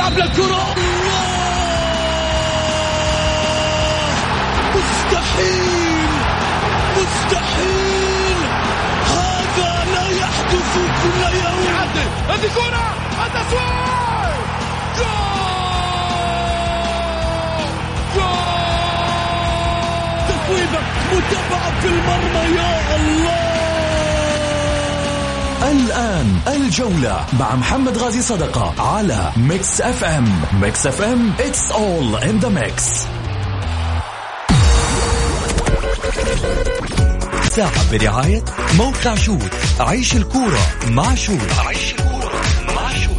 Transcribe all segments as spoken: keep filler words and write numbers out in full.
يلعب للكرة، مستحيل مستحيل، هذا لا يحدث كل يوم. يعدل هذه كرة، التسويق، جول جول، تسويبة متابعة في المرمى، يا الله. الآن الجولة مع محمد غازي صدقة على ميكس اف ام. ميكس اف ام it's all in the mix. ساعة برعاية موقع شوت، عيش الكورة مع شوت. عيش الكورة مع شوت.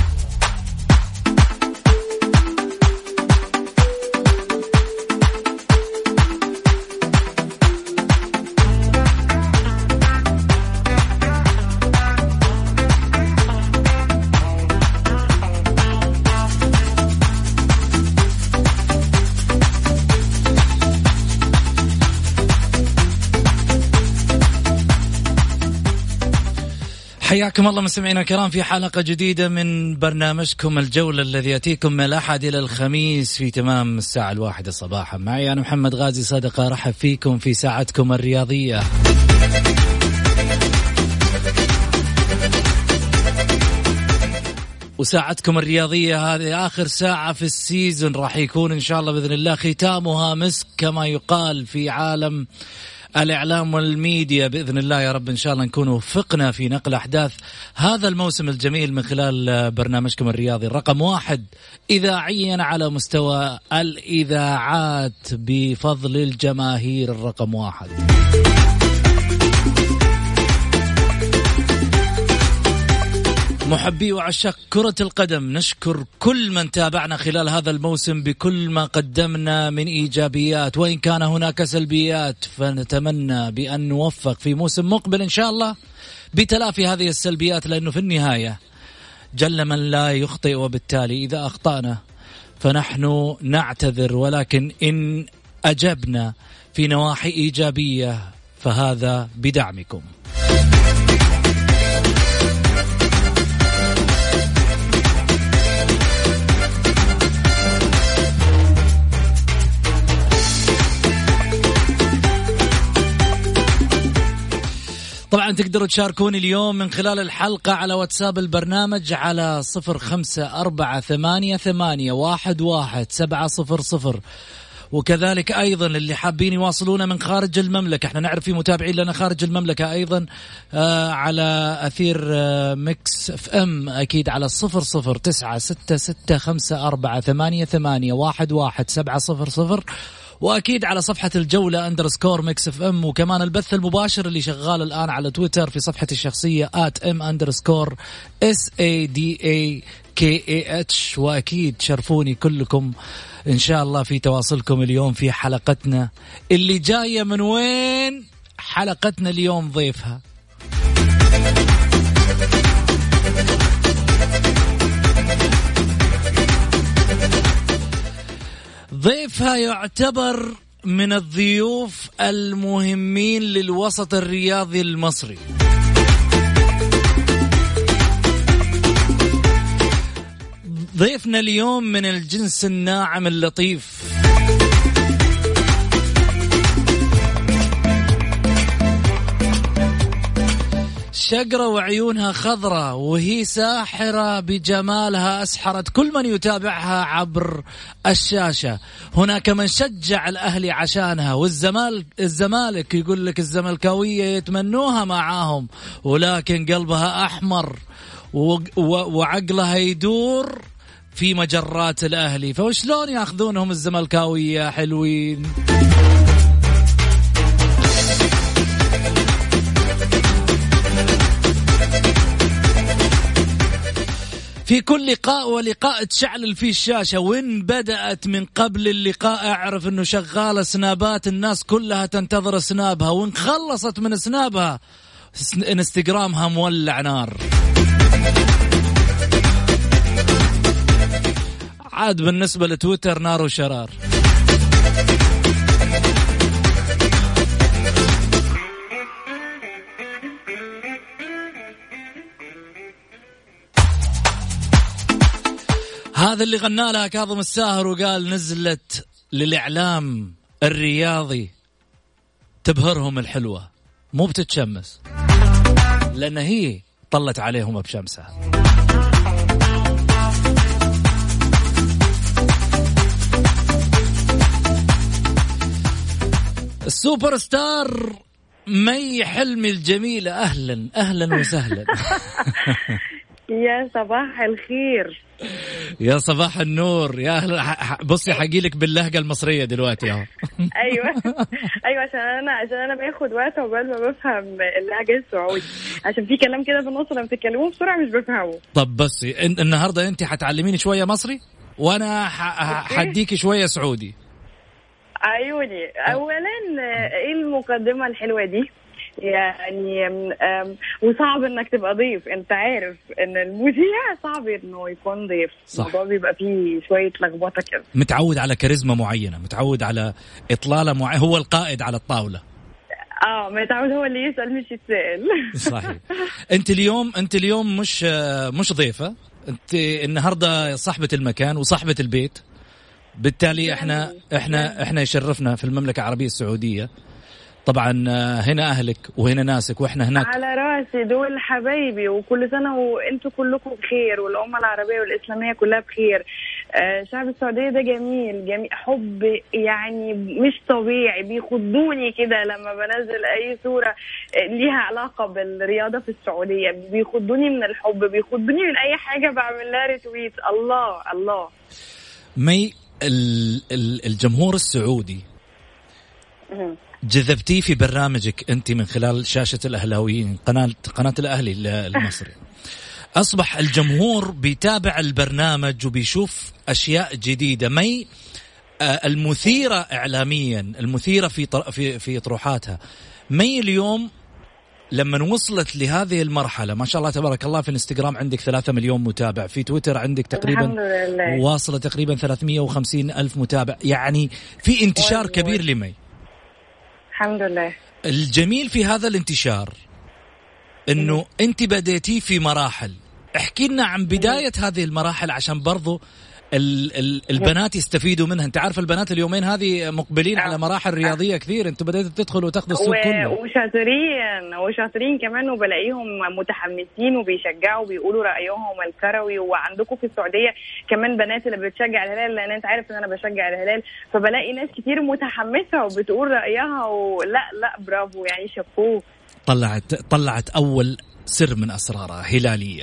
حياكم الله مستمعينا الكرام في حلقة جديدة من برنامجكم الجولة الذي يأتيكم من الأحد إلى الخميس في تمام الساعة الواحدة صباحا. معي أنا محمد غازي صدقة، رحب فيكم في ساعتكم الرياضية. وساعتكم الرياضية هذه آخر ساعة في السيزون، راح يكون إن شاء الله بإذن الله ختامها مسك كما يقال في عالم الإعلام والميديا بإذن الله. يا رب إن شاء الله نكون وفقنا في نقل أحداث هذا الموسم الجميل من خلال برنامجكم الرياضي الرقم واحد إذاعيا على مستوى الإذاعات بفضل الجماهير الرقم واحد. محبي وعشاق كرة القدم، نشكر كل من تابعنا خلال هذا الموسم بكل ما قدمنا من إيجابيات، وإن كان هناك سلبيات فنتمنى بأن نوفق في موسم مقبل إن شاء الله بتلافي هذه السلبيات، لأنه في النهاية جل من لا يخطئ، وبالتالي إذا أخطأنا فنحن نعتذر، ولكن إن أجبنا في نواحي إيجابية فهذا بدعمكم. طبعا تقدروا تشاركوني اليوم من خلال الحلقة على واتساب البرنامج على صفر خمسة أربعة ثمانية ثمانية واحد واحد سبعة صفر صفر، وكذلك أيضا اللي حابين يواصلونا من خارج المملكة، احنا نعرف في متابعين لنا خارج المملكة أيضا آه على أثير آه ميكس اف ام، أكيد على صفر صفر تسعة ستة ستة خمسة أربعة ثمانية ثمانية واحد واحد سبعة صفر صفر، وأكيد على صفحة الجولة أندرسكور ميكس اف ام، وكمان البث المباشر اللي شغال الآن على تويتر في صفحة الشخصية آت ام أندرسكور اس اي دي اي كي اي اتش. وأكيد شرفوني كلكم إن شاء الله في تواصلكم اليوم في حلقتنا اللي جاية. من وين حلقتنا اليوم؟ ضيفها ضيفها يعتبر من الضيوف المهمين للوسط الرياضي المصري. ضيفنا اليوم من الجنس الناعم اللطيف، شقرة وعيونها خضرة، وهي ساحرة بجمالها، أسحرت كل من يتابعها عبر الشاشة. هناك من شجع الأهلي عشانها، والزمالك الزمالك يقول لك الزملكاوية يتمنوها معاهم، ولكن قلبها أحمر وعقلها يدور في مجرات الأهلي. فوشلون يأخذونهم الزملكاوية حلوين؟ في كل لقاء ولقاء تشعل فيه الشاشة، وين بدأت من قبل اللقاء أعرف أنه شغالة سنابات، الناس كلها تنتظر سنابها، وإن خلصت من سنابها انستغرامها مولع نار. عاد بالنسبة لتويتر نار وشرار. هذا اللي غنى لها كاظم الساهر وقال نزلت للإعلام الرياضي تبهرهم الحلوة مو بتتشمس، لأن هي طلت عليهم بشمسها. السوبر ستار مي حلمي الجميلة، أهلا أهلا وسهلا. يا صباح الخير. يا صباح النور. يا أهلا. بصي حقي لك باللهجة المصرية دلوقتي اهو. ايوه ايوه عشان انا عشان انا باخد وقت عقبال ما بفهم اللهجة السعودي، عشان في كلام كده في النص لما بتتكلموه بسرعة مش بفهمه. طب بصي النهارده انت حتعلميني شوية مصري وانا حديكي شوية سعودي. عيوني. اولا ايه المقدمة الحلوة دي يعني، وصعب انك تبقى ضيف، انت عارف ان المذيع صعب انه يكون ضيف، الموضوع بيبقى فيه شوية لخبطة كده. متعود على كاريزما معينة، متعود على اطلالة معينة، هو القائد على الطاولة. اه متعود هو اللي يسأل مش يتسأل. صحيح. انت اليوم انت اليوم مش مش ضيفة، انت النهاردة صاحبة المكان وصاحبة البيت، بالتالي احنا احنا احنا يشرفنا في المملكة العربية السعودية. طبعا هنا أهلك وهنا ناسك وإحنا هناك. على راسي دول حبايبي، وكل سنة وإنتوا كلكم بخير، والأمة العربية والإسلامية كلها بخير. آه شعب السعودية ده جميل جميل، حب يعني مش طبيعي، بيخضوني كده لما بنزل أي صورة ليها علاقة بالرياضة في السعودية، بيخضوني من الحب، بيخضوني من أي حاجة بعمل لها ريتويت. الله الله. مي الجمهور السعودي جذبتيه في برنامجك أنت من خلال شاشة الأهلاويين، قناة قناة الأهلي المصري. أصبح الجمهور بيتابع البرنامج وبيشوف أشياء جديدة. مي المثيرة إعلاميا، المثيرة في في في طروحاتها. مي اليوم لما وصلت لهذه المرحلة، ما شاء الله تبارك الله، في الانستغرام عندك ثلاثة مليون متابع، في تويتر عندك تقريبا واصلة تقريبا ثلاثمية وخمسين ألف متابع، يعني في انتشار كبير لمي. الحمد لله. الجميل في هذا الانتشار انه انت بديتي في مراحل، احكي لنا عن بداية هذه المراحل عشان برضو ال ال البنات يستفيدوا منها. انت عارف البنات اليومين هذه مقبلين على مراحل رياضية كثير، انتوا بدأتوا تدخلوا وتاخذوا السوق و... كله، وشاطرين وشاطرين كمان، وبلاقيهم متحمسين وبيشجعوا وبيقولوا رأيهم الكروي. وعندكم في السعودية كمان بنات اللي بتشجع الهلال، لان انت عارف ان انا بشجع الهلال، فبلاقي ناس كتير متحمسة وبتقول رأيها، ولا لا برافو يعني، شابوه. طلعت طلعت اول سر من اسرارها هلالية.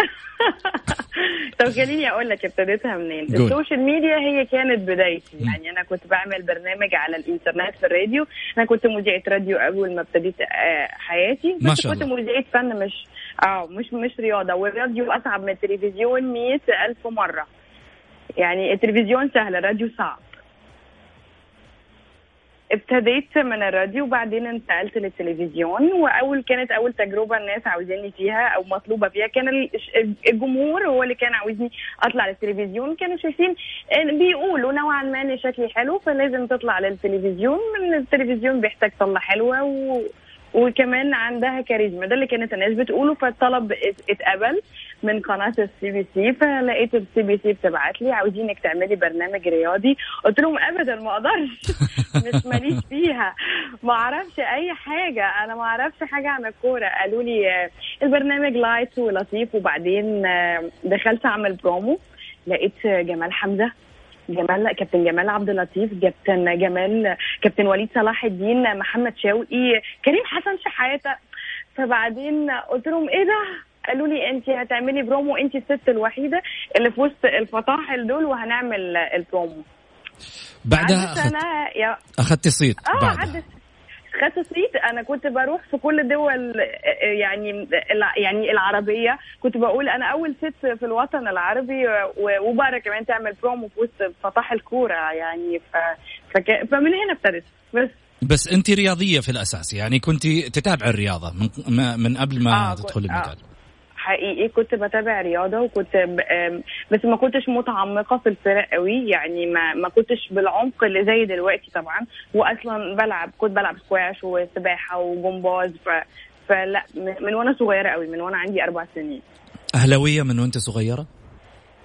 طب خليني اقول لك ابتديتها منين. السوشيال ميديا هي كانت بدايتي، يعني انا كنت بعمل برنامج على الانترنت في الراديو، انا كنت مذيعة راديو اول ما ابتديت حياتي، بس كنت مذيعة فن، مش اه مش مش رياضة، والراديو اصعب من التلفزيون مئة الف مرة، يعني التلفزيون سهل، الراديو صعب. ابتديت من الراديو وبعدين انتقلت للتلفزيون، واول كانت اول تجربه الناس عاوزيني فيها او مطلوبه فيها، كان الجمهور هو اللي كان عاوزني اطلع للتلفزيون، كانوا شايفين بيقولوا نوعا ما ان شكلي حلو فلازم تطلع للتلفزيون، من التلفزيون بيحتاج طلة حلوه و... وكمان عندها كاريزما، ده اللي كانت الناس بتقوله. فالطلب اتقبل من قناة السي بي سي، فلقيت السي بي سي بتبعت لي عاوزينك تعملي برنامج رياضي، قلت لهم ابدا ما اقدرش، مش ماليش فيها، ما اعرفش اي حاجة، انا ما اعرفش حاجة عن الكورة. قالوا لي البرنامج لايت ولطيف، وبعدين دخلت اعمل برومو، لقيت جمال حمزة، جمال كابتن جمال عبد اللطيف، كابتن جمال، كابتن وليد صلاح الدين، محمد شوقي، كريم حسن شحاتة. فبعدين قلت لهم ايه ده؟ قالوا لي انت هتعملي برومو، انت الست الوحيده اللي في وسط الفطاحل دول، وهنعمل البرومو. بعدها أخذت... يا... اخذت صيت. اه بعدها خدت صيت. انا كنت بروح في كل الدول يعني يعني العربيه، كنت بقول انا اول ست في الوطن العربي، وبقى كمان تعمل برومو في وسط فطاح الكوره يعني. ف... فك... فمن هنا ابتدت. بس بس انت رياضيه في الاساس، يعني كنت تتابع الرياضه من من قبل ما آه تدخل المجال؟ آه. حقيقي كنت بتابع رياضة، وكنت بس ما كنتش متعمقة في الفرق قوي، يعني ما ما كنتش بالعمق اللي زي دلوقتي طبعا. واصلا بلعب كنت بلعب سكواش وسباحة وجمباز، ف فلا من وانا صغيرة قوي، من وانا عندي اربع سنين. اهلاوية من وانت صغيرة؟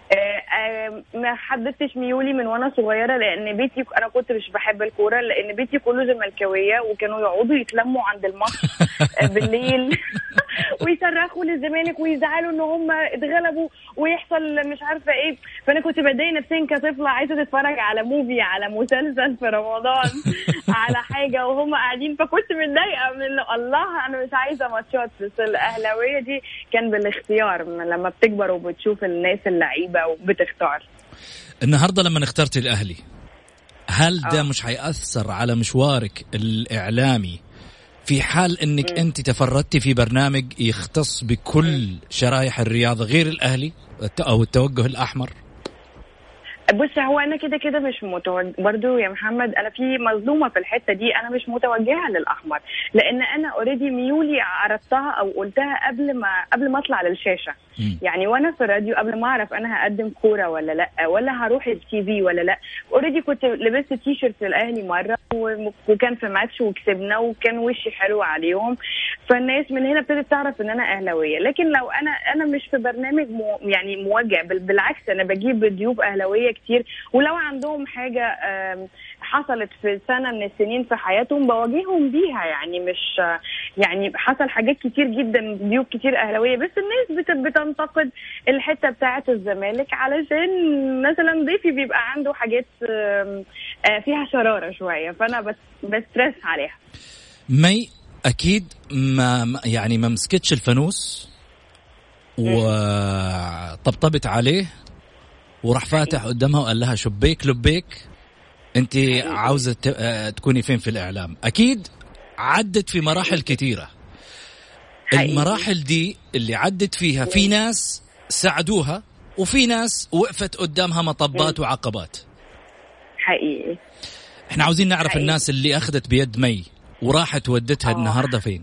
ما حددتش ميولي من وانا صغيره، لان بيتي انا كنت مش بحب الكوره، لان بيتي كله زملكاويه وكانوا يقعدوا يتلموا عند الماتش بالليل ويصرخوا للزمالك ويزعلوا ان هم اتغلبوا ويحصل مش عارفه ايه. فانا كنت بتضايق نفسيا كطفله عايزه تتفرج على موفي، على مسلسل في رمضان على حاجه وهم قاعدين، فكنت متضايقه من الله انا مش عايزه ماتشات. بس الاهلاويه دي كان بالاختيار لما بتكبر وبتشوف الناس اللعيبه وبتختار. النهارده لما اخترت الاهلي، هل ده آه. مش هيأثر على مشوارك الإعلامي في حال انك م. انت تفردتي في برنامج يختص بكل شرائح الرياضة غير الأهلي او التوجه الأحمر؟ بص هو انا كده كده مش متوجه برضو يا محمد، انا في مظلومه في الحته دي، انا مش متوجهه للاحمر لان انا اوريدي ميولي عرضتها او قلتها قبل ما قبل ما اطلع للشاشه. م. يعني وانا في الراديو قبل ما اعرف انا هقدم كوره ولا لا ولا هروح التي في ولا لا، اوريدي كنت لبست تي شيرت الاهلي مره وكان في ماتش وكسبنا وكان وشي حلو عليهم، فالناس من هنا ابتدت تعرف ان انا اهلاويه. لكن لو انا انا مش في برنامج مو يعني موجه، بالعكس انا بجيب ضيوف اهلاويه كتير، ولو عندهم حاجه حصلت في سنه من السنين في حياتهم بواجههم بيها. يعني مش يعني حصل حاجات كتير جدا ضيوف كتير اهلاويه، بس الناس بتنتقد الحته بتاعه الزمالك علشان مثلا ضيفي بيبقى عنده حاجات فيها شراره شويه، فانا بس بسترس عليها. مي اكيد ما يعني ما مسكتش الفانوس وطبطبت عليه وراح فاتح قدامها وقال لها شبيك لبيك انت عاوزة تكوني فين في الإعلام. أكيد عدت في مراحل كتيرة، المراحل دي اللي عدت فيها في ناس ساعدوها وفي ناس وقفت قدامها مطبات وعقبات. حقيقي احنا عاوزين نعرف حقيقي. الناس اللي أخذت بيد مي وراحت ودتها أوه. النهاردة فين؟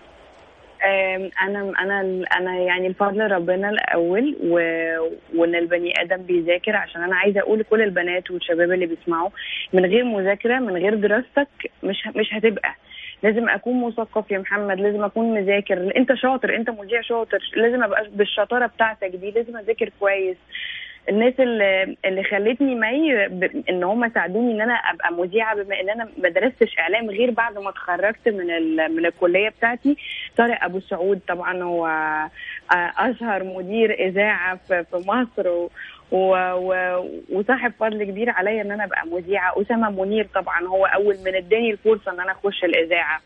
انا انا انا يعني الفضل ربنا الاول، و... وان البني ادم بيذاكر، عشان انا عايزه اقول لكل البنات والشباب اللي بيسمعوا من غير مذاكره من غير دراستك مش مش هتبقى. لازم اكون مثقف يا محمد، لازم اكون مذاكر، انت شاطر انت مذيع شاطر، لازم ابقى بالشطاره بتاعتك دي، لازم اذاكر كويس. الناس اللي, اللي خلتني مي ب... ان هم ساعدوني ان انا ابقى مذيعه، بما ان انا ما درستش اعلام غير بعد ما اتخرجت من ال... من الكليه بتاعتي. طارق ابو سعود طبعا هو اشهر مدير اذاعه في, في مصر، و... و... و... وصاحب فضل كبير عليا ان انا ابقى مذيعه. اسامه منير طبعا هو اول من اداني الفرصه ان انا اخش الاذاعه.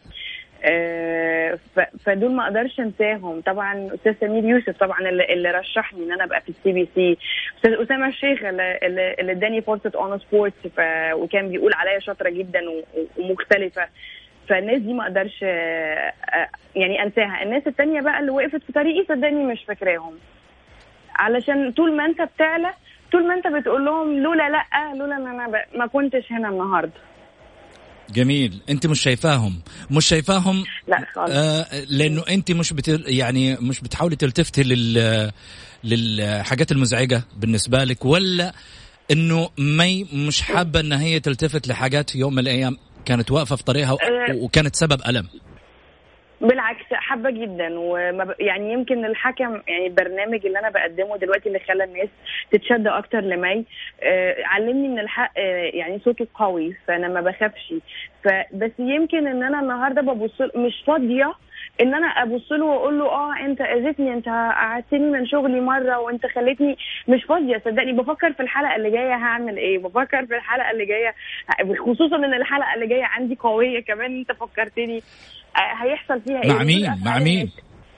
آه فدول ما اقدرش انساهم. طبعا استاذ سمير يوسف طبعا اللي, اللي رشحني ان انا ابقى في السي بي سي. استاذ اسامه الشيخ اللي, اللي اداني فرصه اون سبورتس وكان بيقول عليا شاطره جدا ومختلفه. فالناس دي ما اقدرش يعني انساها. الناس التانية بقى اللي وقفت في طريقي صدقني مش فاكراهم، علشان طول ما انت بتعلى طول ما انت بتقول لهم لولا لا لولا ان انا ما كنتش هنا النهارده. جميل. انت مش شايفاهم مش شايفاهم لا خالص. آه لانه انت مش بت يعني مش بتحاولي تلتفتي لل للحاجات المزعجه بالنسبه لك، ولا انه مي مش حابه ان هي تلتفت لحاجات في يوم من الايام كانت واقفه في طريقها وكانت سبب الم؟ بالعكس حابه جدا. وما يعني يمكن الحكم يعني البرنامج اللي انا بقدمه دلوقتي اللي خلى الناس تتشد اكتر لمي آه علمني ان الحق آه يعني صوته قوي، فانا ما بخافش. فبس يمكن ان انا النهارده ببص مش فاضيه ان انا ابص له واقول له اه انت اذيتني، انت قعدتني من شغلي مره وانت خليتني مش فاضيه. صدقني بفكر في الحلقه اللي جايه هعمل ايه، بفكر في الحلقه اللي جايه، خصوصا ان الحلقه اللي جايه عندي قويه كمان. انت فكرتني هيحصل فيها ايه مع مين مع مين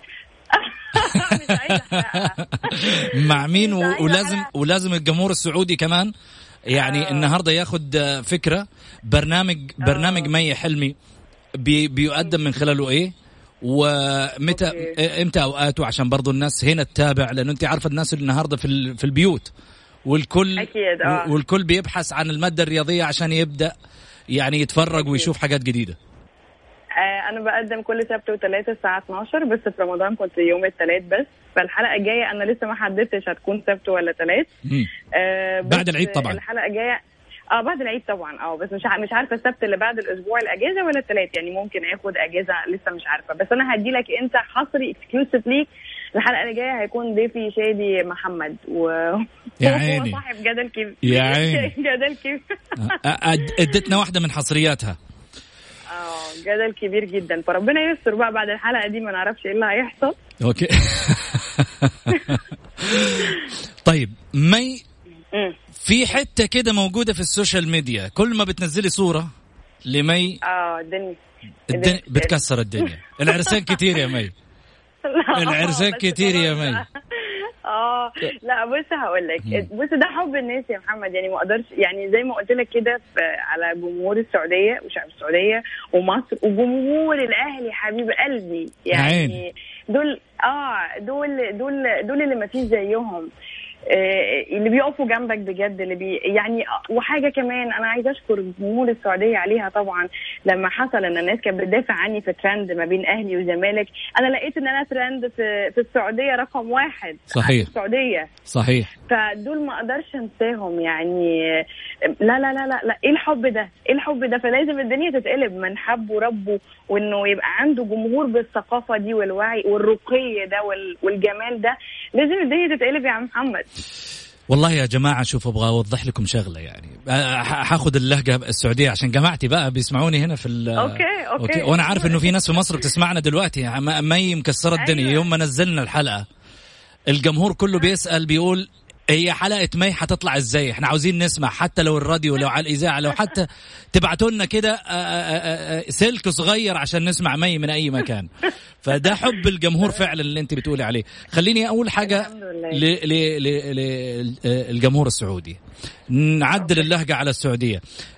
مع مين ولازم ولازم الجمهور السعودي كمان يعني النهارده ياخد فكره برنامج برنامج مي حلمي بي بيقدم من خلاله ايه، ومتى امتى اوقاته، عشان برضو الناس هنا تتابع، لانه انت عارفه الناس النهارده في في البيوت والكل أكيد. آه. والكل بيبحث عن الماده الرياضيه عشان يبدا يعني يتفرج أكيد. ويشوف حاجات جديده. أنا بقدم كل سبت وثلاثة الساعة اثناشر، بس في رمضان كنت يوم الثلاث بس. فالحلقة الجاية أنا لسه ما حددتش هتكون سبت ولا ثلاث. آه بعد العيد طبعا. الحلقة الجاية اه بعد العيد طبعا. اه بس مش مش عارفة السبت اللي بعد الأسبوع الأجازة ولا الثلاث، يعني ممكن آخد أجازة لسه مش عارفة. بس أنا هدي لك أنت حصري اكسكلوسيف ليك الحلقه اللي جايه هيكون ضيفي شادي محمد و يا عيني صاحب جدل كبير. يا عيني جدل كبير. ادتنا واحده من حصرياتها. اه جدل كبير جدا، فربنا يستر بقى بعد الحلقه دي ما نعرفش ايه اللي هيحصل. اوكي. طيب مي، في حته كده موجوده في السوشيال ميديا، كل ما بتنزلي صوره لمي اه الدنيا الدنيا بتكسر الدنيا. العرسان كتير يا مي. العرسان كتير يا مي. اه لا بص هقول لك، بص ده حب الناس يا محمد، يعني ما اقدرش، يعني زي ما قلت لك كده على جمهور السعوديه وشعب السعوديه ومصر وجمهور الاهلي حبيب قلبي، يعني عين. دول اه دول دول دول اللي ما فيش زيهم، آه اللي بيقفوا جنبك بجد، اللي بي يعني. وحاجه كمان انا عايزه اشكر جمهور السعوديه عليها طبعا، لما حصل ان الناس كانت بتدافع عني في ترند ما بين اهلي وزمالك، انا لقيت ان انا ترند في في السعوديه رقم واحد. صحيح. السعوديه صحيح. فدول ما اقدرش انساهم يعني. لا لا لا لا لا ايه الحب ده، ايه الحب ده. فلازم الدنيا تتقلب، من حبه ربه وانه يبقى عنده جمهور بالثقافه دي والوعي والرقي ده والجمال ده، لازم الدنيا تتقلب يا عم محمد. والله يا جماعة شوف أبغى أوضح لكم شغلة، يعني هاخد اللهجة السعودية عشان جماعتي بقى بيسمعوني هنا في ال أوكي أوكي, أوكي. وأنا عارف إنه في ناس في مصر بتسمعنا دلوقتي. مي مكسرة الدنيا. أيوة. يوم ما نزلنا الحلقة الجمهور كله بيسأل بيقول هي حلقة مي حتطلع ازاي، احنا عاوزين نسمع، حتى لو الراديو لو على الإذاعة لو حتى تبعتوا لنا كده سلك صغير عشان نسمع مي من أي مكان. فده حب الجمهور فعلا اللي انت بتقولي عليه. خليني أقول حاجة للجمهور السعودي، نعدل اللهجة على السعودية.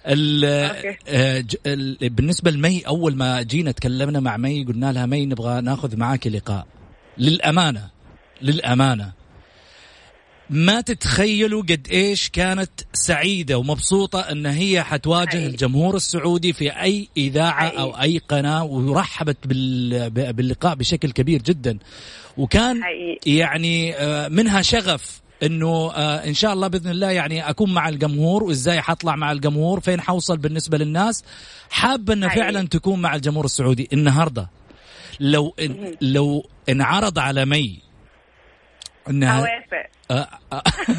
بالنسبة لمي، أول ما جينا تكلمنا مع مي قلنا لها مي نبغى ناخذ معاك لقاء. للأمانة للأمانة ما تتخيلوا قد إيش كانت سعيدة ومبسوطة أن هي حتواجه حقيقي. الجمهور السعودي في أي إذاعة حقيقي. أو أي قناة، ورحبت باللقاء بشكل كبير جدا، وكان حقيقي. يعني منها شغف أنه إن شاء الله بإذن الله يعني أكون مع الجمهور، وإزاي حطلع مع الجمهور، فين حوصل بالنسبة للناس. حابة أن فعلا تكون مع الجمهور السعودي. النهاردة لو إن لو انعرض على مي انها اوافق. آه آه.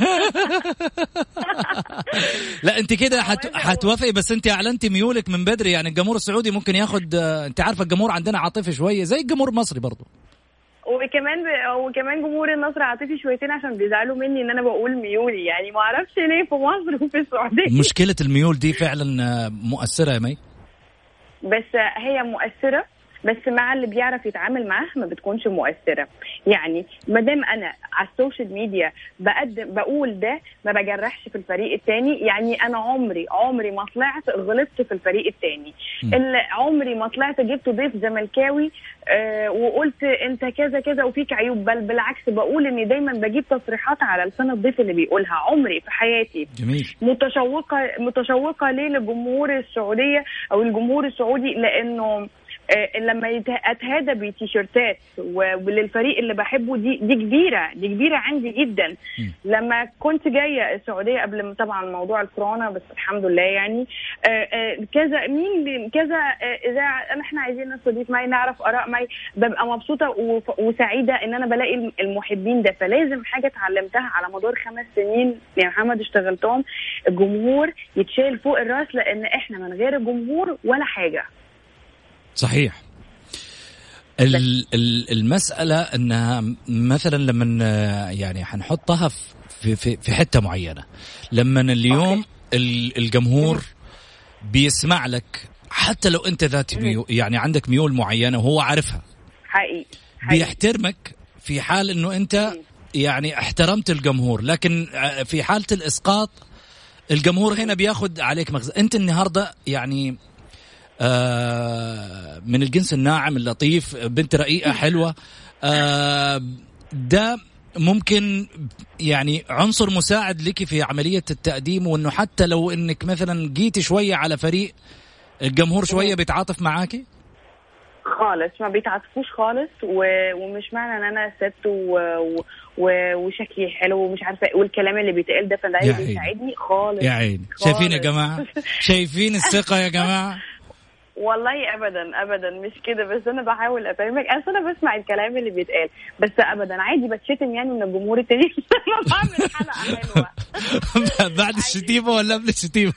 لا انت كده حتوافقي، بس انت اعلنتي ميولك من بدري، يعني الجمهور السعودي ممكن ياخد، انت عارفه الجمهور عندنا عاطفي شويه زي الجمهور المصري برضو، وكمان ب... وكمان جمهور النصر عاطفي شويتين عشان بيزعلوا مني ان انا بقول ميولي، يعني ما اعرفش ليه في مصر وفي السعوديه. مشكله الميول دي فعلا مؤثره يا مي، بس هي مؤثره، بس مع اللي بيعرف يتعامل معاه ما بتكونش مؤثرة. يعني مادام أنا على السوشيال ميديا بقدم بقول ده، ما بجرحش في الفريق التاني. يعني أنا عمري عمري ما طلعت غلطت في الفريق التاني، اللي عمري ما طلعت جبت ضيف زملكاوي آه وقلت أنت كذا كذا وفيك عيوب، بل بالعكس بقول إني دايما بجيب تصريحات على لسان الضيف اللي بيقولها. عمري في حياتي جميل. متشوقة متشوقة ليه للجمهور السعودية أو الجمهور السعودي، لأنه لما اتهادى بتيشيرتات وللفريق اللي بحبه، دي دي كبيره دي كبيره عندي جدا. م. لما كنت جايه السعوديه قبل طبعا موضوع الكورونا، بس الحمد لله يعني كذا مين كذا اذاعه احنا عايزين نستضيف مي، نعرف اراء مي، ببقى مبسوطه وسعيده ان انا بلاقي المحبين ده. فلازم حاجه اتعلمتها على مدار خمس سنين يا محمد اشتغلتهم، الجمهور يتشيل فوق الراس، لان احنا من غير الجمهور ولا حاجه. صحيح. المسألة أنها مثلا لما يعني حنحطها في في في حتة معينة، لما اليوم الجمهور بيسمع لك حتى لو أنت ذات ميول، يعني عندك ميول معينة وهو عارفها حقيقي، بيحترمك في حال أنه أنت يعني احترمت الجمهور. لكن في حالة الإسقاط الجمهور هنا بياخد عليك مغزى. أنت النهاردة يعني آه من الجنس الناعم اللطيف، بنت رقيقة حلوة، آه ده ممكن يعني عنصر مساعد لك في عملية التقديم، وانه حتى لو انك مثلا جيتي شوية على فريق الجمهور شوية بيتعاطف معاكي خالص، ما بيتعاطفوش خالص. ومش معنى ان انا ست وشكلي حلو ومش عارفه ايه والكلام اللي بيتقال ده فده بيساعدني خالص. يا عيني، شايفين يا جماعة؟ شايفين الثقة يا جماعة؟ والله ابدا ابدا مش كده، بس انا بحاول افهمك. انا بسمع الكلام اللي بيتقال بس ابدا عادي بتشتم يعني من الجمهور التاني. ما بعمل حلقه حلوه بعد الشتيمه ولا قبل الشتيمه؟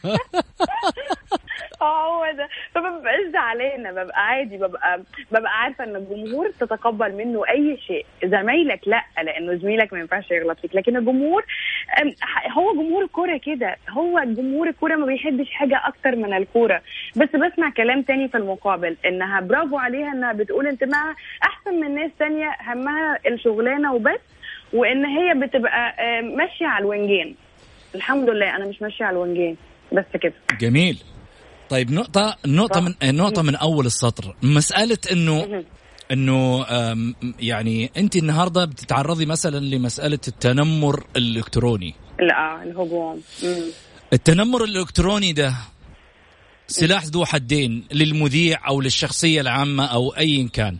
اه هو ده. فما ببقاش زعلانه، ببقى عادي، ببقى ببقى عارفه ان الجمهور تتقبل منه اي شيء. زمايلك لا، لانه زميلك ما ينفعش يغلط فيك، لكن الجمهور هو جمهور الكوره كده، هو جمهور الكوره ما بيحبش حاجه اكتر من الكوره. بس بسمع كلام تاني في المقابل انها برافو عليها انها بتقول انتمائها احسن من ناس تانية همها الشغلانه وبس، وان هي بتبقى ماشيه على الونجين. الحمد لله انا مش ماشيه على الونجين بس كده. جميل. طيب نقطة نقطة من نقطة من أول السطر، مسألة إنه إنه يعني أنت النهاردة بتتعرضي مثلا لمسألة التنمر الإلكتروني. لا الهجوم. التنمر الإلكتروني ده سلاح ذو حدين للمذيع أو للشخصية العامة أو أي كان.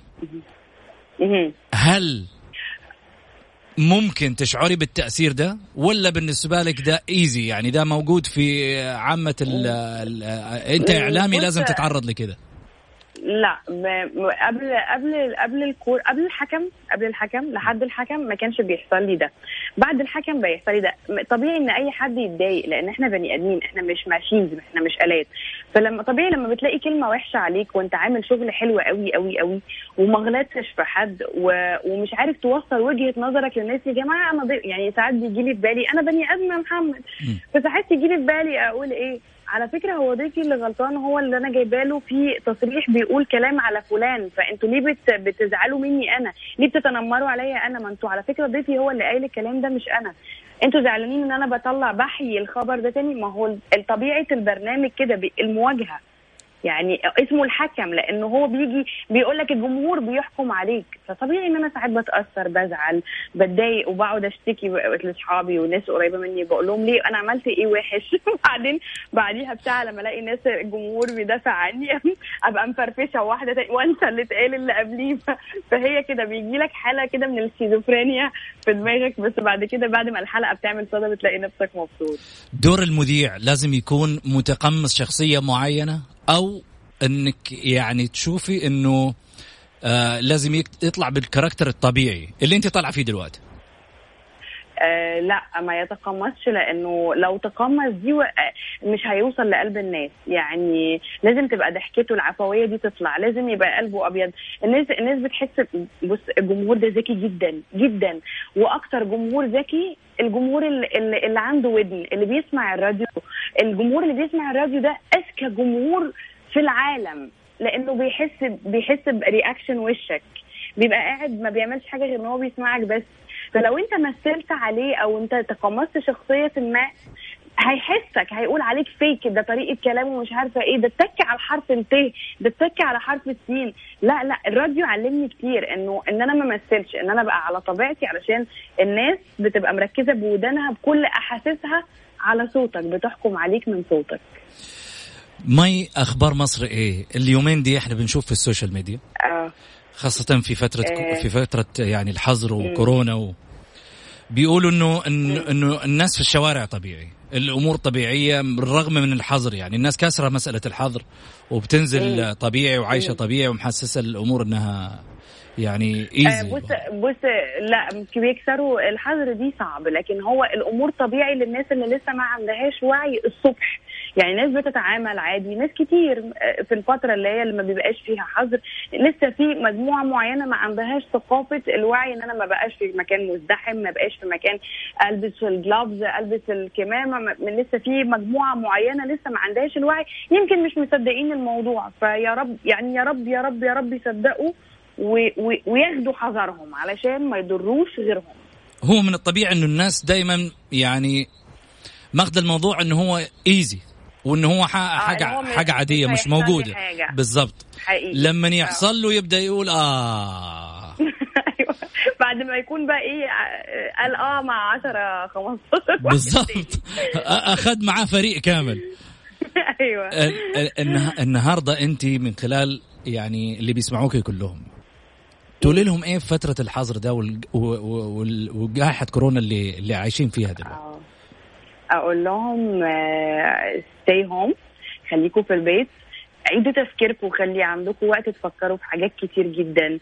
هل ممكن تشعري بالتأثير ده ولا بالنسبة لك ده ايزي؟ يعني ده موجود في عامة ال ال انت اعلامي لازم تتعرض لكده؟ لا قبل قبل قبل الكور قبل الحكم قبل الحكم لحد الحكم ما كانش بيحصل لي ده. بعد الحكم بيحصل لي ده. طبيعي ان اي حد يتضايق لان احنا بني ادمين، احنا مش ماشينز، احنا مش آلات. فلما طبيعي لما بتلاقي كلمه وحشه عليك وانت عامل شغل حلو قوي قوي قوي وما غلطتش في حد و... ومش عارف توصل وجهه نظرك للناس. يا جماعه انا ضي... يعني ساعات بيجي لي في بالي انا بني ادم يا محمد، فساعات يجي لي في بالي اقول ايه على فكره هو ضيفي اللي غلطان، هو اللي انا جايباله في تصريح بيقول كلام على فلان، فانتوا ليه بت... بتزعلوا مني انا؟ ليه بتتنمروا عليا انا؟ ما انتوا على فكره ضيفي هو اللي قايل الكلام ده مش انا. انتوا زعلانين ان انا بطلع بحيي الخبر ده تاني؟ ما هو طبيعه البرنامج كده، المواجهه يعني اسمه الحكم، لانه هو بيجي بيقول لك الجمهور بيحكم عليك. فطبيعي ان انا ساعات بتاثر، بزعل، بتضايق، وبقعد اشتكي لاصحابي وناس قريبه مني، بقول لهم ليه انا عملت ايه وحش. وبعدين بعديها بتاع لما الاقي ناس الجمهور بيدافع عني ابقى مفرفشه واحده تاني وانسى اللي اتقال اللي قبليه. فهي كده بيجي لك حاله كده من الشيزوفرينيا في دماغك، بس بعد كده بعد ما الحلقه بتعمل صدى بتلاقي نفسك مبسوط. دور المذيع لازم يكون متقمص شخصيه معينه او انك يعني تشوفي انه آه لازم يطلع بالكاركتر الطبيعي اللي انت طالعه فيه دلوقتي؟ آه لا ما يتقمصش، لانه لو تقمص دي مش هيوصل لقلب الناس. يعني لازم تبقى ضحكته العفويه دي تطلع، لازم يبقى قلبه ابيض. الناس الناس بتحس بص الجمهور ده ذكي جدا جدا، واكتر جمهور ذكي الجمهور اللي, اللي عنده ودن، اللي بيسمع الراديو. الجمهور اللي بيسمع الراديو ده اذكى جمهور في العالم، لانه بيحس بيحس برياكشن وشك، بيبقى قاعد ما بيعملش حاجه غير ان هو بيسمعك بس. فلو انت مثلت عليه او انت تقمصت شخصيه ما هيحسك، هيقول عليك فيك، ده طريقه كلامه مش عارفه ايه، ده اتك على حرف الت، ده اتك على حرف السين. لا لا الراديو علمني كتير انه ان انا ما مثلش، ان انا بقى على طبيعتي، علشان الناس بتبقى مركزه بودانها بكل احاسيسها على صوتك، بتحكم عليك من صوتك. ماي اخبار مصر ايه اليومين دي؟ احنا بنشوف في السوشيال ميديا آه. خاصه في فتره آه. في فتره يعني الحظر وكورونا و... بيقولوا انه انه الناس في الشوارع طبيعي، الامور طبيعيه بالرغم من الحظر. يعني الناس كاسره مساله الحظر وبتنزل طبيعي وعايشه طبيعي ومحسسه الامور انها يعني ايزي. آه بص بص لا بيكسروا الحظر دي صعب، لكن هو الامور طبيعي للناس اللي لسه ما عندهاش وعي الصبح. يعني ناس بتتعامل عادي، ناس كتير في الفترة اللي هي اللي ما بيبقاش فيها حظر لسه في مجموعة معينة ما عندهاش ثقافة الوعي، ان انا ما بقاش في مكان مزدحم، ما بقاش في مكان البس الجلافز، البس الكمامة. من لسه في مجموعة معينة لسه ما عندهاش الوعي، يمكن مش مصدقين الموضوع. فيا رب يعني يا رب يا رب يا رب يصدقوا وياخدوا حذرهم علشان ما يضروش غيرهم. هو من الطبيعي انه الناس دايما يعني ماخذ الموضوع انه هو ايزي وانه هو حاجه آه حاجه عاديه مش موجوده بالضبط. لما يحصل له يبدا يقول اه بعد ما يكون بقى ايه قال اه مع عشرة خمستاشر بالضبط اخذ معاه فريق كامل. ايوه النهارده انت من خلال يعني اللي بيسمعوك كلهم تقولي لهم ايه في فتره الحظر ده وجائحه كورونا اللي اللي عايشين فيها دلوقتي؟ اقول لهم ستي هوم، خليكم في البيت. عيدوا تفكيركم وخلي عندكم وقت تفكروا في حاجات كتير جدا.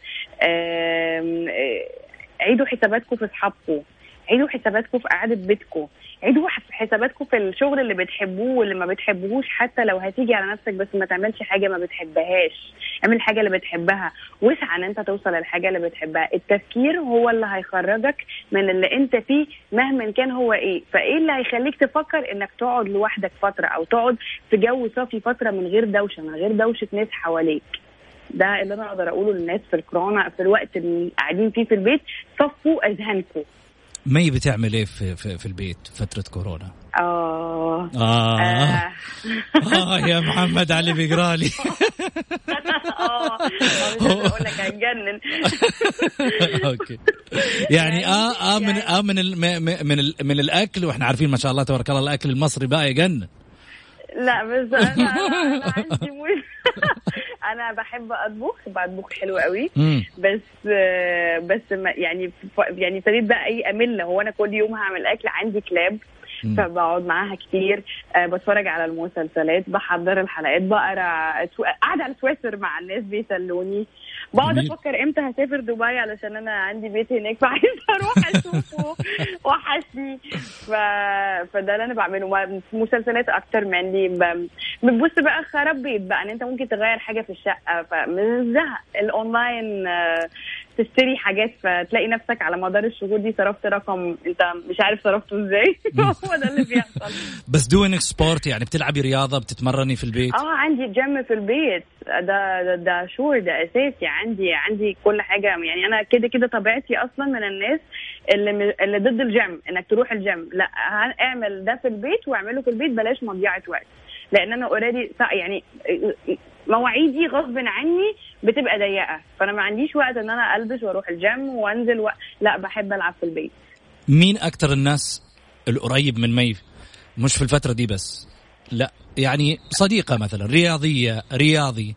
عيدوا حساباتكم في اصحابكم، عيدوا حساباتكم في قعدة بيتكم، عيدوا حساباتكم في الشغل اللي بتحبوه واللي ما بتحبوهوش. حتى لو هتيجي على نفسك بس ما تعملش حاجة ما بتحبهاش، اعمل حاجة اللي بتحبها واسعى ان انت توصل للحاجة اللي بتحبها. التفكير هو اللي هيخرجك من اللي انت فيه مهما كان هو ايه. فايه اللي هيخليك تفكر انك تقعد لوحدك فترة او تقعد في جو صافي فترة من غير دوشة، من غير دوشة ناس حواليك؟ ده اللي انا اقدر اقوله للناس في الكورونا، في الوقت اللي قاعدين فيه في البيت. صفوا اذهانكم. مي بتعمل ايه في, في, في البيت فترة كورونا؟ آه آه, آه. آه يا محمد علي بيقرالي. آه مش أقول لك هنجنن. أوكي يعني آه آه من آه من ال من ال من الأكل، وإحنا عارفين ما شاء الله تبارك الله الأكل المصري بقى يجنن. لا بس أنا أنا, أنا عندي مش أنا بحب أطبخ، بطبخ حلو قوي. بس بس يعني يعني ابتديت بقى أي أمل. هو أنا كل يوم هعمل أكل، عندي كلاب فبقعد معاها كتير، أه بتفرج على المسلسلات، بحضر الحلقات، بقرا، قاعدة على تويتر مع الناس بيسلوني، بقعد افكر امتى هسافر دبي علشان انا عندي بيت هناك فعايزه اروح اشوفه وحشني. ف... فده اللي انا بعمله. مسلسلات اكتر مني ب... بتبص بقى خراب بيت بقى ان انت ممكن تغير حاجه في الشقه، فمن الزهق الاونلاين تشتري حاجات فتلاقي نفسك على مدار الشهور دي صرفت رقم انت مش عارف صرفته ازاي. هو ده اللي بيحصل. بس دوينك سبورت يعني بتلعبي رياضه، بتتمرني في البيت؟ اه عندي جيم في البيت، ده ده, ده شور، ده اساسي. عندي عندي كل حاجه. يعني انا كده كده طبيعتي اصلا من الناس اللي اللي ضد الجيم، انك تروح الجيم. لا، اعمل ده في البيت واعمله في البيت، بلاش مضيعه وقت. لان انا اوريدي يعني مواعيدي غصب عني بتبقى ضيقه، فانا ما عنديش وقت ان انا البس واروح الجيم وانزل و... لا، بحب العب في البيت. مين اكتر الناس القريب من مي، مش في الفتره دي بس، لا يعني صديقه مثلا، رياضيه رياضي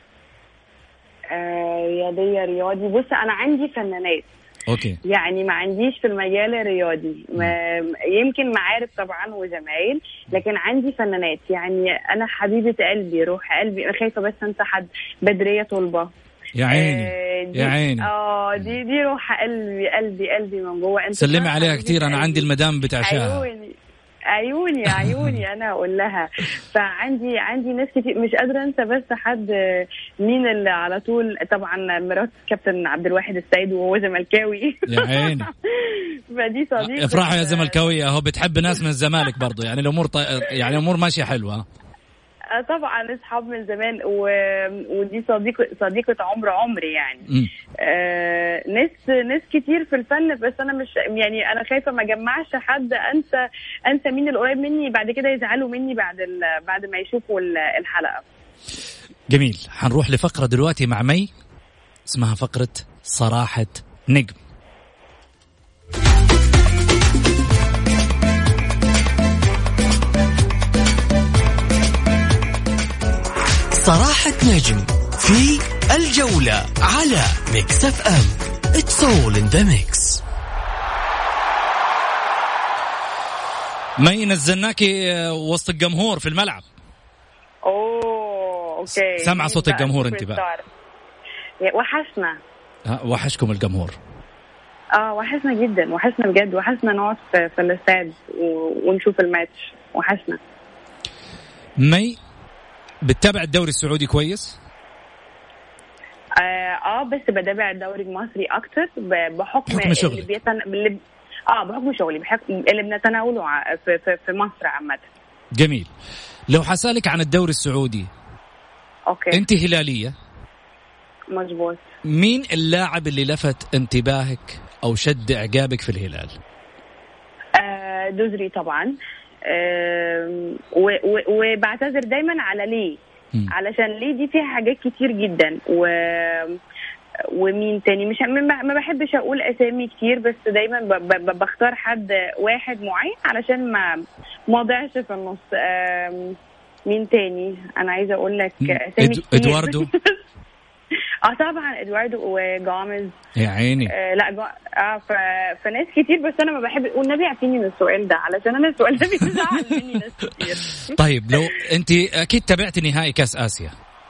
آه رياضيه رياضي بص انا عندي فنانات اوكي، يعني ما عنديش في المجال الرياضي، يمكن معارف طبعا وزمايل، لكن عندي فنانات. يعني انا حبيبه قلبي، روح قلبي، انا خايفه بس انت حد بدريه طلبه يا عيني آه يا عيني اه دي دي روح قلبي قلبي قلبي من جوه. انت سلمي عليها كتير، انا عندي المدام بتعشاها. عيوني عيوني عيوني انا اقول لها. فعندي عندي ناس كتير مش قادره انسى، بس حد مين اللي على طول طبعا مرات كابتن عبد الواحد السيد وهو زملكاوي. يا عيني فدي صديقه. افرحوا يا زملكاويه، اهو بتحب ناس من الزمالك برضو، يعني الامور ط... يعني الامور ماشيه حلوه. طبعا اصحاب من زمان و... ودي صديقه صديقه عمر عمري يعني. آه... ناس ناس كتير في الفن، بس انا مش يعني انا خايفه ما اجمعش حد، انسى انسى مين القريب مني، بعد كده يزعلوا مني بعد ال... بعد ما يشوفوا الحلقه. جميل. هنروح لفقره دلوقتي مع مي اسمها فقره صراحه نجم. صراحة نجم في الجولة على ميكس اف ام. It's all in the mix. مي نزلناكي وسط الجمهور في الملعب. اوه اوكي، سمع صوت الجمهور انت بقى. وحشنا. وحشكم الجمهور؟ اه وحشنا جدا، وحشنا بجد، وحشنا نقعد في, في الاستاد ونشوف الماتش، وحشنا. مي بتتابع الدوري السعودي كويس؟ اه, آه بس بتابع الدوري المصري اكتر بحكم, بحكم شغلي. اللي بيتن... اللي... اه بحكم شغلي، بحكم اللي بنتناوله في, في, في مصر عامه. جميل. لو حسالك عن الدوري السعودي، اوكي انت هلاليه مظبوط، مين اللاعب اللي لفت انتباهك او شد اعجابك في الهلال؟ آه دوزري طبعا. أه وبعتذر دايما على ليه م. علشان ليه دي فيها حاجات كتير جدا. و ومين تاني مش ما بحبش اقول اسامي كتير، بس دايما ب... ب... بختار حد واحد معين علشان ما ما ضيعش في النص. أه... مين تاني انا عايزه اقول لك اسامي كتير. ادواردو اه طبعا ادواردو وجامز يا عيني. آه لا جو... اه ف... فناس كتير، بس انا ما بحب. والنبي عارفيني من السؤال ده علشان انا السؤال ده بيزعل مني ناس كتير. طيب لو انت اكيد تابعت نهائي كاس اسيا،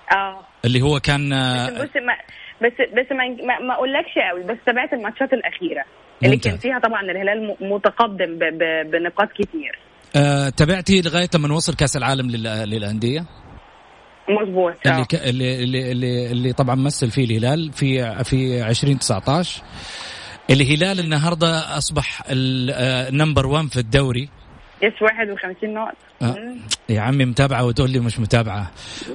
اه اللي هو كان بس بس ما بس بس ما ما اقولكش قوي، بس تابعت الماتشات الاخيره اللي ممتاز. كان فيها طبعا الهلال متقدم ب... ب... بنقاط كتير. آه، تابعتي لغايه لما نوصل كاس العالم لل... للانديه. مظبوط. اللي, ك... اللي اللي اللي اللي طبعا مثل فيه الهلال في في عشرين تسعة عشر. الهلال النهارده اصبح النمبر واحد في الدوري، يس واحد وخمسين نقطة. آه. يا عمي متابعة وتقول لي مش متابعة.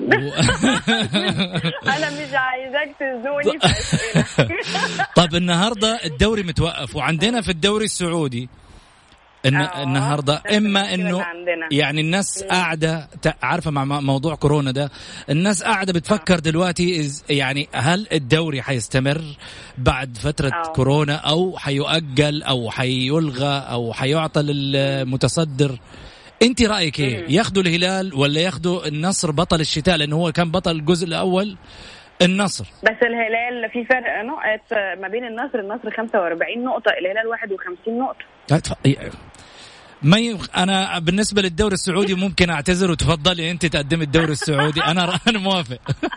أنا مش عايزك تزوني في أسئلة. طب النهاردة الدوري متوقف، وعندنا في الدوري السعودي إن النهاردة إما إنه يعني الناس قاعدة عارفة مع موضوع كورونا ده، الناس قاعدة بتفكر دلوقتي يعني هل الدوري حيستمر بعد فترة أوه. كورونا، أو حيؤجل أو حيلغى أو حيعطى للمتصدر. انت رأيك ايه؟ ياخدوا الهلال ولا ياخدوا النصر بطل الشتاء؟ لأنه هو كان بطل الجزء الأول النصر. بس الهلال في فرق نقط ما بين النصر النصر خمسة وأربعين نقطة، الهلال واحد وخمسين نقطة. ما ي... أنا بالنسبة للدوري السعودي ممكن أعتذر وتفضلي أنت تقدمي الدوري السعودي. أنا أنا موافق.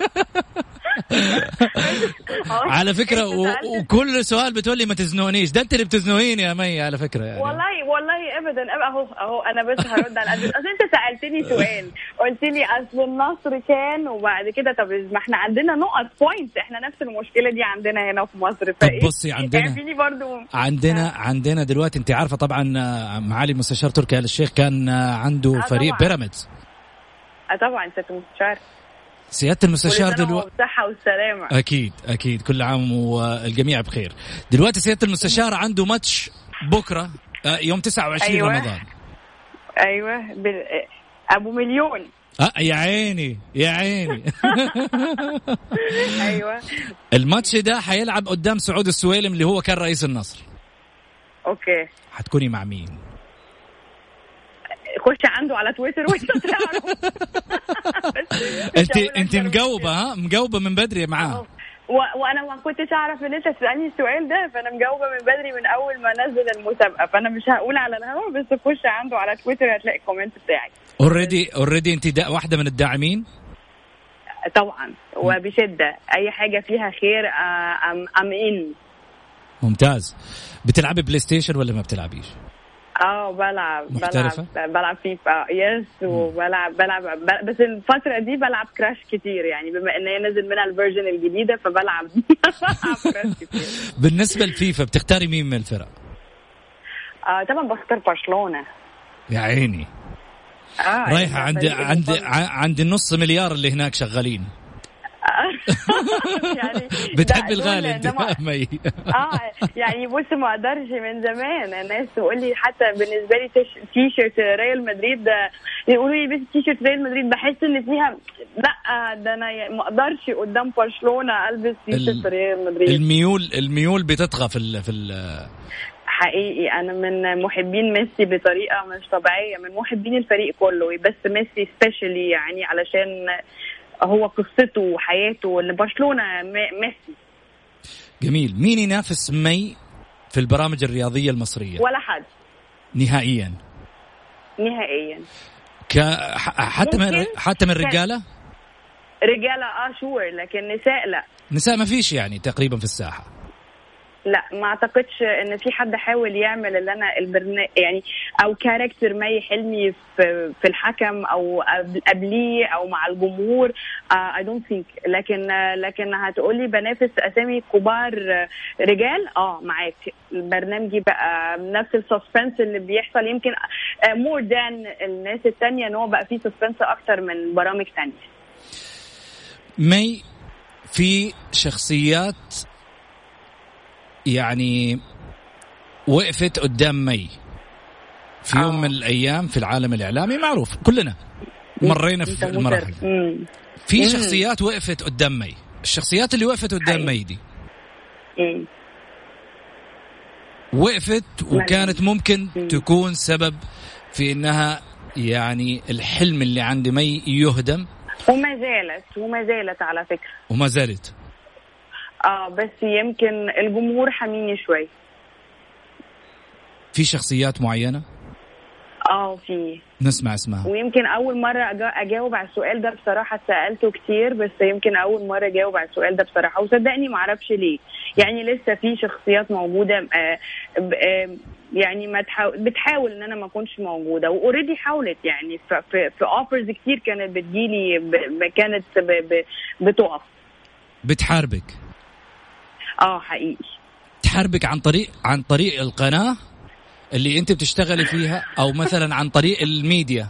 على فكرة و... وكل سؤال بتقولي ما تزنونيش، ده أنت اللي بتزنوني يا مي على فكرة يعني. والله والله أبدا أهو أهو أنا بس هرد على أصل أنت سألتني سؤال قلت لي أصل النصر كان وبعد كده طب ما إحنا عندنا نقط بوينت، إحنا نفس المشكلة دي عندنا هنا في مصر. طب بصي عندنا برضو عندنا عندنا دلوقتي أنت عارفة طبعا معالي المستشار تركي آل الشيخ كان عنده فريق بيراميدز. أه طبعا سيادة المستشار سيادة المستشار دلوقتي بالصحة والسلامة. أكيد أكيد كل عام والجميع بخير. دلوقتي سيادة المستشار عنده ماتش بكرة يوم تسعة وعشرين أيوة. رمضان. أيوة بال... أبو مليون. أه يا عيني يا عيني. أيوة. الماتش ده حيلعب قدام سعود السويلم اللي هو كان رئيس النصر. أوكي. حتكوني مع مين؟ خش عنده على تويتر وانت تعرف. انت انت مجاوبه ها مجاوبه من بدري معاه. وانا ما كنتش اعرف ان انت تسالني السؤال ده، فانا مجاوبه من بدري من اول ما نزل المسابقه، فانا مش هقول على الهواء بس خش عنده على تويتر هتلاقي الكومنت بتاعي. اوريدي اوريدي انت دا واحده من الداعمين طبعا وبشده، اي حاجه فيها خير ام ام ان. ممتاز. بتلعبي بلاي ستيشن ولا ما بتلعبيش؟ اه بلعب محترفة؟ بلعب بلعب فيفا يس وبلعب بلعب بس الفترة دي بلعب كراش كتير، يعني بما ان هي نزل منها الفيرجن الجديدة فبلعب بلعب كراش كتير. بالنسبة للفيفا بتختاري مين من الفرق؟ آه طبعا بختار برشلونة. يا عيني. آه رايحة عند عند عند النص مليار اللي هناك شغالين. يعني بتحب الغالي انت مي. اه يعني بص ما اقدرش من زمان الناس تقول لي حتى بالنسبه لي تي شيرت ريال مدريد يقولوا لي بس تي شيرت ريال مدريد بحس ان فيها لا ده انا ما اقدرش قدام برشلونه البس تي شيرت ريال مدريد. الميول الميول بتطغى في ال في ال حقيقي انا من محبين ميسي بطريقه مش طبيعيه، من محبين الفريق كله بس ميسي سبيشالي يعني علشان هو قصته وحياته اللي برشلونة ميسي. جميل. مين ينافس مي في البرامج الرياضية المصرية؟ ولا حد نهائيا نهائيا. ك... حتى من حتى من الرجالة رجالة اه شور لكن نساء لا. نساء ما فيش يعني تقريبا في الساحة. لا ما اعتقدش ان في حد حاول يعمل اللي انا البرنامج يعني او كاركتر مي حلمي في في الحكم او قبليه او مع الجمهور. اي دونت ثينك. لكن لكن هتقولي بنافس اسامي كبار رجال اه معاك. البرنامج بقى نفس السسبنس اللي بيحصل يمكن مور ذان الناس التانية ان هو بقى فيه سسبنس اكتر من برامج تانية. مي في شخصيات يعني وقفت قدام مي في يوم من الأيام في العالم الإعلامي معروف كلنا مرينا في المراحل. في شخصيات وقفت قدام مي. الشخصيات اللي وقفت قدام مي دي وقفت وكانت ممكن تكون سبب في إنها يعني الحلم اللي عند مي يهدم. وما زالت وما زالت على فكرة وما زالت اه بس يمكن الجمهور حميني شوي. في شخصيات معينة اه في نسمع اسمها. ويمكن اول مره اجاوب على السؤال ده بصراحه، سالته كتير بس يمكن اول مره اجاوب على السؤال ده بصراحه، وصدقني ما اعرفش ليه. يعني لسه في شخصيات موجوده آآ آآ يعني ما تحاول بتحاول ان انا ما اكونش موجوده، واوريدي حاولت يعني في في اوفرز كتير كانت بتجيلي كانت بتقف بتحاربك. اه حقيقي تحاربك عن طريق عن طريق القناه اللي انت بتشتغلي فيها، او مثلا عن طريق الميديا؟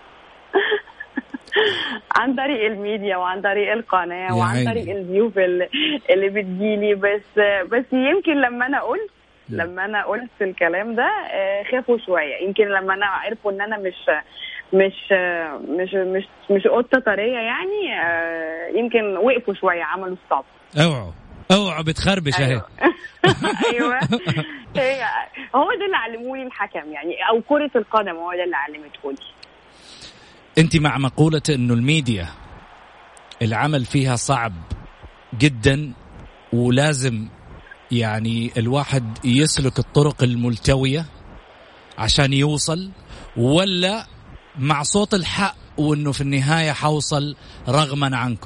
عن طريق الميديا وعن طريق القناه وعن عيني. طريق الضيوف اللي بتجيلي. بس بس يمكن لما انا قلت لما انا قلت الكلام ده خافوا شويه، يمكن لما انا عرفوا ان انا مش مش مش مش مش قطه طريه يعني، يمكن وقفوا شويه، عملوا ستوب. اوعوا اوعوا بتخربش اهي. ايوه ايوه هي هو ده اللي علموني الحكم يعني، او كرة القدم هو ده اللي علمتهولي. انت مع مقولة انه الميديا العمل فيها صعب جدا، ولازم يعني الواحد يسلك الطرق الملتوية عشان يوصل، ولا مع صوت الحق وانه في النهاية حوصل رغما عنكم؟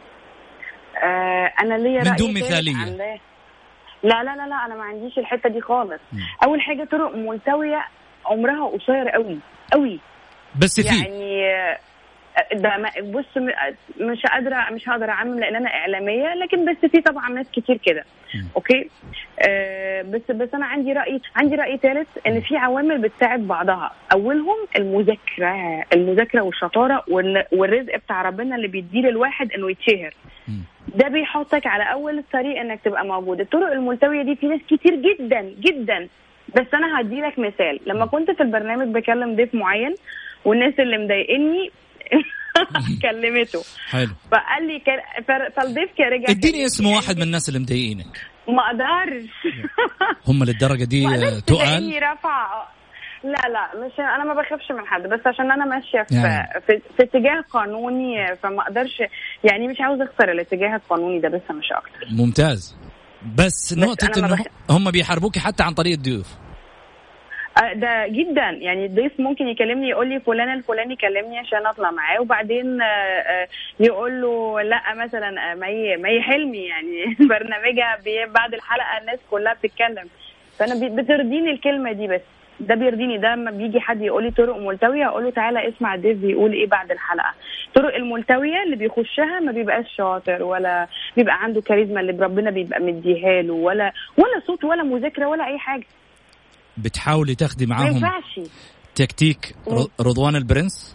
آه انا ليا من رأي دون مثالية. لا لا لا لا انا ما عنديش الحتة دي خالص. م. اول حاجة طرق ملتوية عمرها قصير قوي قوي، بس في يعني ده بص مش قادرة مش هقدر اعمم لان انا اعلامية، لكن بس في طبعا ناس كتير كده. اوكي آه بس بس انا عندي رأي عندي رأي ثالث، ان في عوامل بتساعد بعضها. اولهم المذاكرة المذاكرة والشطارة والرزق بتاع ربنا اللي بيديه للواحد انه يتشهر، ده بيحطك على اول الطريق انك تبقى موجود. الطرق الملتوية دي في ناس كتير جدا جدا، بس انا هدي لك مثال. لما كنت في البرنامج بكلم ضيف معين والناس اللي مضايقني كلمته حلو، فقال لي كر... فالضيف كرجع اديني اسم واحد من الناس اللي مضايقينك. ما اقدرش هم للدرجه دي تقال؟ رفع لا لا مش انا ما بخافش من حد، بس عشان انا ماشيه في يعني. في, في اتجاه قانوني، فما اقدرش يعني مش عاوز اخسر الاتجاه القانوني ده، بس مش اكتر. ممتاز. بس, بس نقطه انه بخ... هم بيحاربوك حتى عن طريق الضيوف ده جدا. يعني الضيف ممكن يكلمني يقول لي فلان الفلاني كلمني عشان اطلع معاه، وبعدين يقول له لا مثلا مي مي حلمي يعني برنامجها بعد الحلقه الناس كلها بتتكلم، فانا بترضيني الكلمه دي، بس ده بيرضيني. ده لما بيجي حد يقول لي طرق ملتويه اقول له تعالى اسمع الضيف بيقول ايه بعد الحلقه. طرق الملتويه اللي بيخشها ما بيبقاش شاطر ولا بيبقى عنده كاريزما اللي ربنا بيبقى مديها له، ولا ولا صوت ولا مذاكره ولا اي حاجه. بتحاولي تاخدي معاهم تكتيك رضوان البرنس؟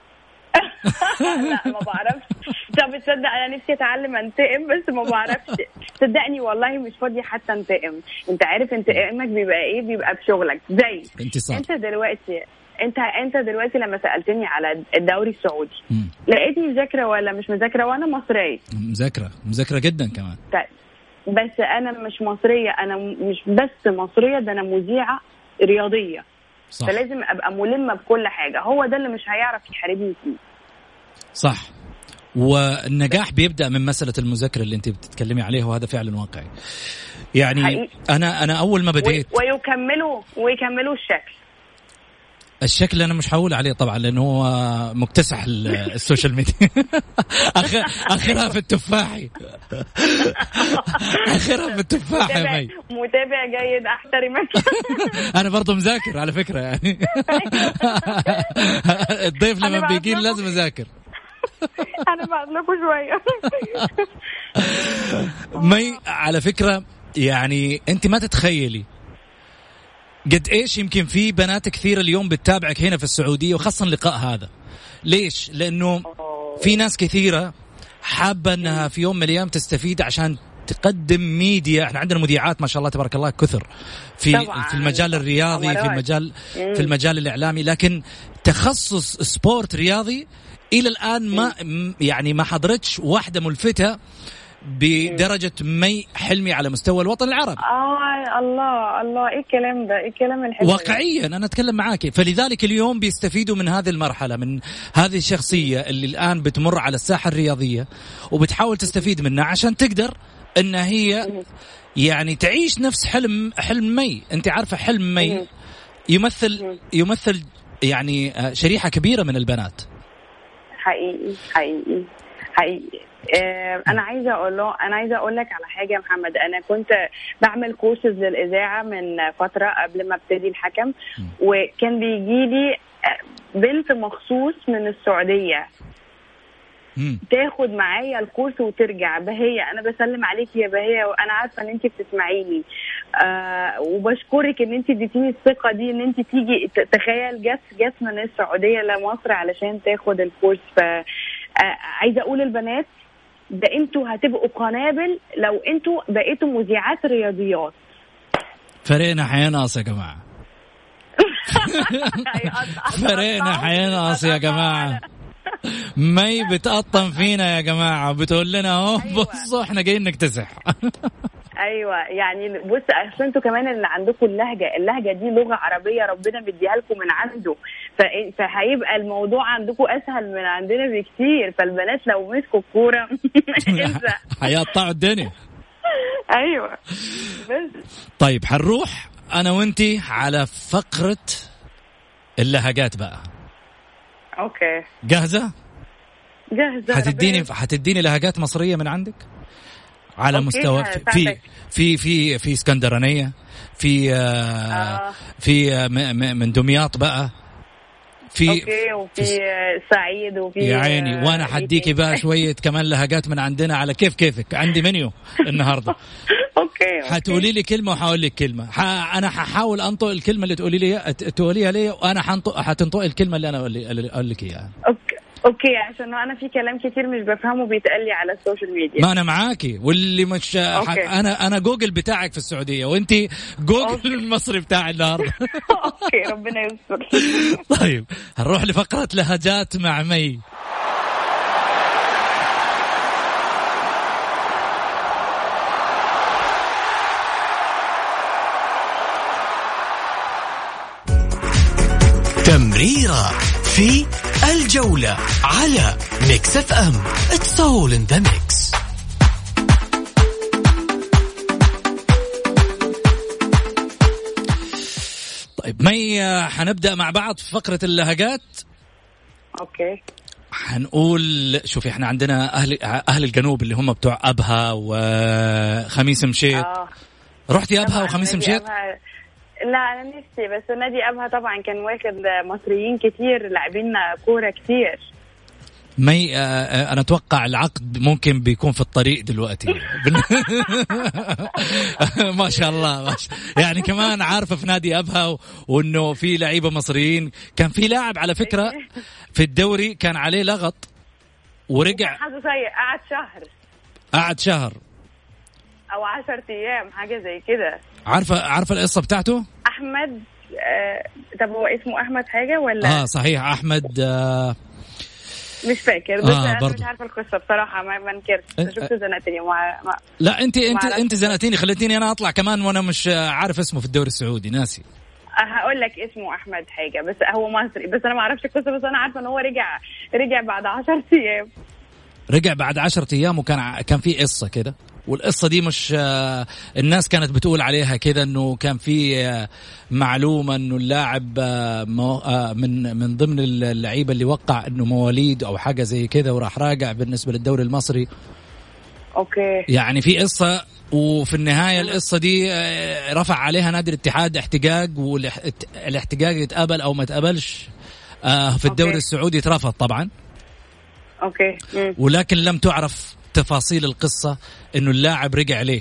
لا ما بعرفش. طب تصدق انا نفسي اتعلم انتقم بس ما بعرفش، صدقني والله مش فاضيه حتى انتقم. انت عارف انتقامك بيبقى ايه؟ بيبقى بشغلك. زي انتصار. انت دلوقتي انت انت دلوقتي لما سالتني على الدوري السعودي م. لقيتني مذاكره ولا مش مذاكره؟ وانا مصريه. مذاكره مذاكره جدا كمان. طيب بس انا مش مصريه، انا مش بس مصريه، ده انا مذيعه رياضيه. صح. فلازم ابقى ملمه بكل حاجه، هو ده اللي مش هيعرف يحاربني فيه. صح. والنجاح بيبدأ من مسألة المذاكرة اللي انت بتتكلمي عليها، وهذا فعلا واقعي. يعني حقيقي. انا انا اول ما بديت ويكملوا ويكملوا الشكل الشكل انا مش هقول عليه طبعا لانه هو مكتسح السوشيال ميديا. اخر اخرها في التفاحي. اخرها في التفاحي. متابع, متابع جيد، احترمك. انا برضو مذاكر على فكرة يعني. الضيف لما بيجي لازم اذاكر. انا بعملكوا شويه. مي على فكرة يعني انت ما تتخيلي قد ايش يمكن في بنات كثير اليوم بتتابعك هنا في السعودية، وخاصة اللقاء هذا. ليش؟ لانه في ناس كثيرة حابة انها في يوم من الايام تستفيد عشان تقدم ميديا. احنا عندنا مذيعات ما شاء الله تبارك الله كثر في في المجال الرياضي، في المجال في المجال الاعلامي، لكن تخصص سبورت رياضي الى الان ما يعني ما حضرتش واحدة ملفتة بدرجة مي حلمي على مستوى الوطن العربي. آه الله الله إيه الكلام ده؟ إيه الكلام الحلو؟ واقعيا أنا أتكلم معاك. فلذلك اليوم بيستفيدوا من هذه المرحلة، من هذه الشخصية اللي الآن بتمر على الساحة الرياضية وبتحاول تستفيد منها عشان تقدر إن هي يعني تعيش نفس حلم حلم مي. أنت عارفة حلم مي يمثل يمثل يعني شريحة كبيرة من البنات. حقيقي حقيقي حقيقي. آه انا عايزه اقول له انا عايزه اقول لك على حاجه يا محمد. انا كنت بعمل كورسز للاذاعه من فتره قبل ما ابتدي الحكم، وكان بيجي لي بنت مخصوص من السعوديه مم. تاخد معايا الكورس وترجع. بهية انا بسلم عليكي يا بهية، وانا عارفه ان انت بتسمعيني، آه وبشكرك ان انت اديتيني الثقه دي ان انت تيجي. تخيل جت جت من السعوديه لمصر علشان تاخد الكورس. ف آه عايزه اقول البنات ده انتوا هتبقوا قنابل لو انتوا بقيتوا مذيعات رياضيات. فريقنا حينقص يا جماعه. فريقنا حينقص يا جماعه. مي بتقطن فينا يا جماعة، بتقول لنا اهو بصوا احنا جايين نكتسح. ايوه يعني بص، اصل انتوا كمان اللي عندكم اللهجة اللهجة دي لغة عربية ربنا مديها لكم من عنده، فهيبقى الموضوع عندكم اسهل من عندنا بكتير. فالبنات لو مسكوا الكورة هيقطعوا الدنيا. ايوه بس. طيب حنروح انا وانتي على فقرة اللهجات بقى. اوكي جاهزة؟ جاهزة. هتديني هتديني لهجات مصرية من عندك على مستوى في في في في اسكندرانية، في آه في آه من دمياط بقى، في اوكي وفي سعيد وفي يا عيني. وانا حديكي بقى شوية كمان لهجات من عندنا على كيف كيفك. عندي منيو النهاردة. اوكي هتقولي لي كلمة وهقول لك كلمة. ح... انا هحاول انطق الكلمة اللي تقولي لي تقوليها لي، وانا هنطق هتنطق الكلمة اللي انا اقول لك اياها. اوكي اوكي عشان انا في كلام كتير مش بفهمه بيتقال لي على السوشيال ميديا. ما انا معاكي، واللي مش ح... انا انا جوجل بتاعك في السعودية، وانتي جوجل أوكي. المصري بتاعي النهارده. اوكي ربنا يستر. طيب هنروح لفقرة لهجات مع مي. تمريرة في الجولة على ميكس اف ام. It's all in the mix. طيب مي، حنبدأ مع بعض في فقرة اللهجات. اوكي حنقول شوفي احنا عندنا اهل اهل الجنوب اللي هم بتوع ابها وخميس مشيط. آه. رحتي ابها وخميس مشيط؟ لا انا نفسي، بس نادي ابها طبعا كان واخد مصريين كتير لاعبين كوره كتير. مي انا اتوقع العقد ممكن بيكون في الطريق دلوقتي. ما شاء الله ما شاء. يعني كمان عارفه في نادي ابها وانه في لعيبه مصريين. كان في لاعب على فكره في الدوري كان عليه لغط ورجع. حظه سيء، قعد شهر قعد شهر او عشرة ايام حاجه زي كده. عارفه عارفه القصه بتاعته؟ احمد آه... طب هو اسمه احمد حاجه ولا؟ اه صحيح احمد. آه مش فاكر بس آه انا برضو. مش عارفه القصه بصراحه، ما منكرت. شفت زنقتني مع... مع... لا انت انت انت زنقتيني، خليتيني انا اطلع كمان وانا مش عارف اسمه في الدوري السعودي، ناسي. هقول لك اسمه احمد حاجه، بس هو مصري، بس انا ما اعرفش القصه، بس انا عارفه ان هو رجع رجع بعد عشرة ايام. رجع بعد عشرة ايام وكان كان في قصه كده، والقصه دي مش الناس كانت بتقول عليها كده انه كان في معلومه انه اللاعب من من ضمن اللعيبه اللي وقع انه مواليد او حاجه زي كده وراح راجع بالنسبه للدوري المصري. اوكي يعني في قصه، وفي النهايه القصه دي رفع عليها نادي الاتحاد احتجاج، والاحتجاج يتقبل او ما يتقبلش في الدوري أوكي. السعودي اترفض طبعا. اوكي مم. ولكن لم تعرف تفاصيل القصة إنه اللاعب رجع ليه.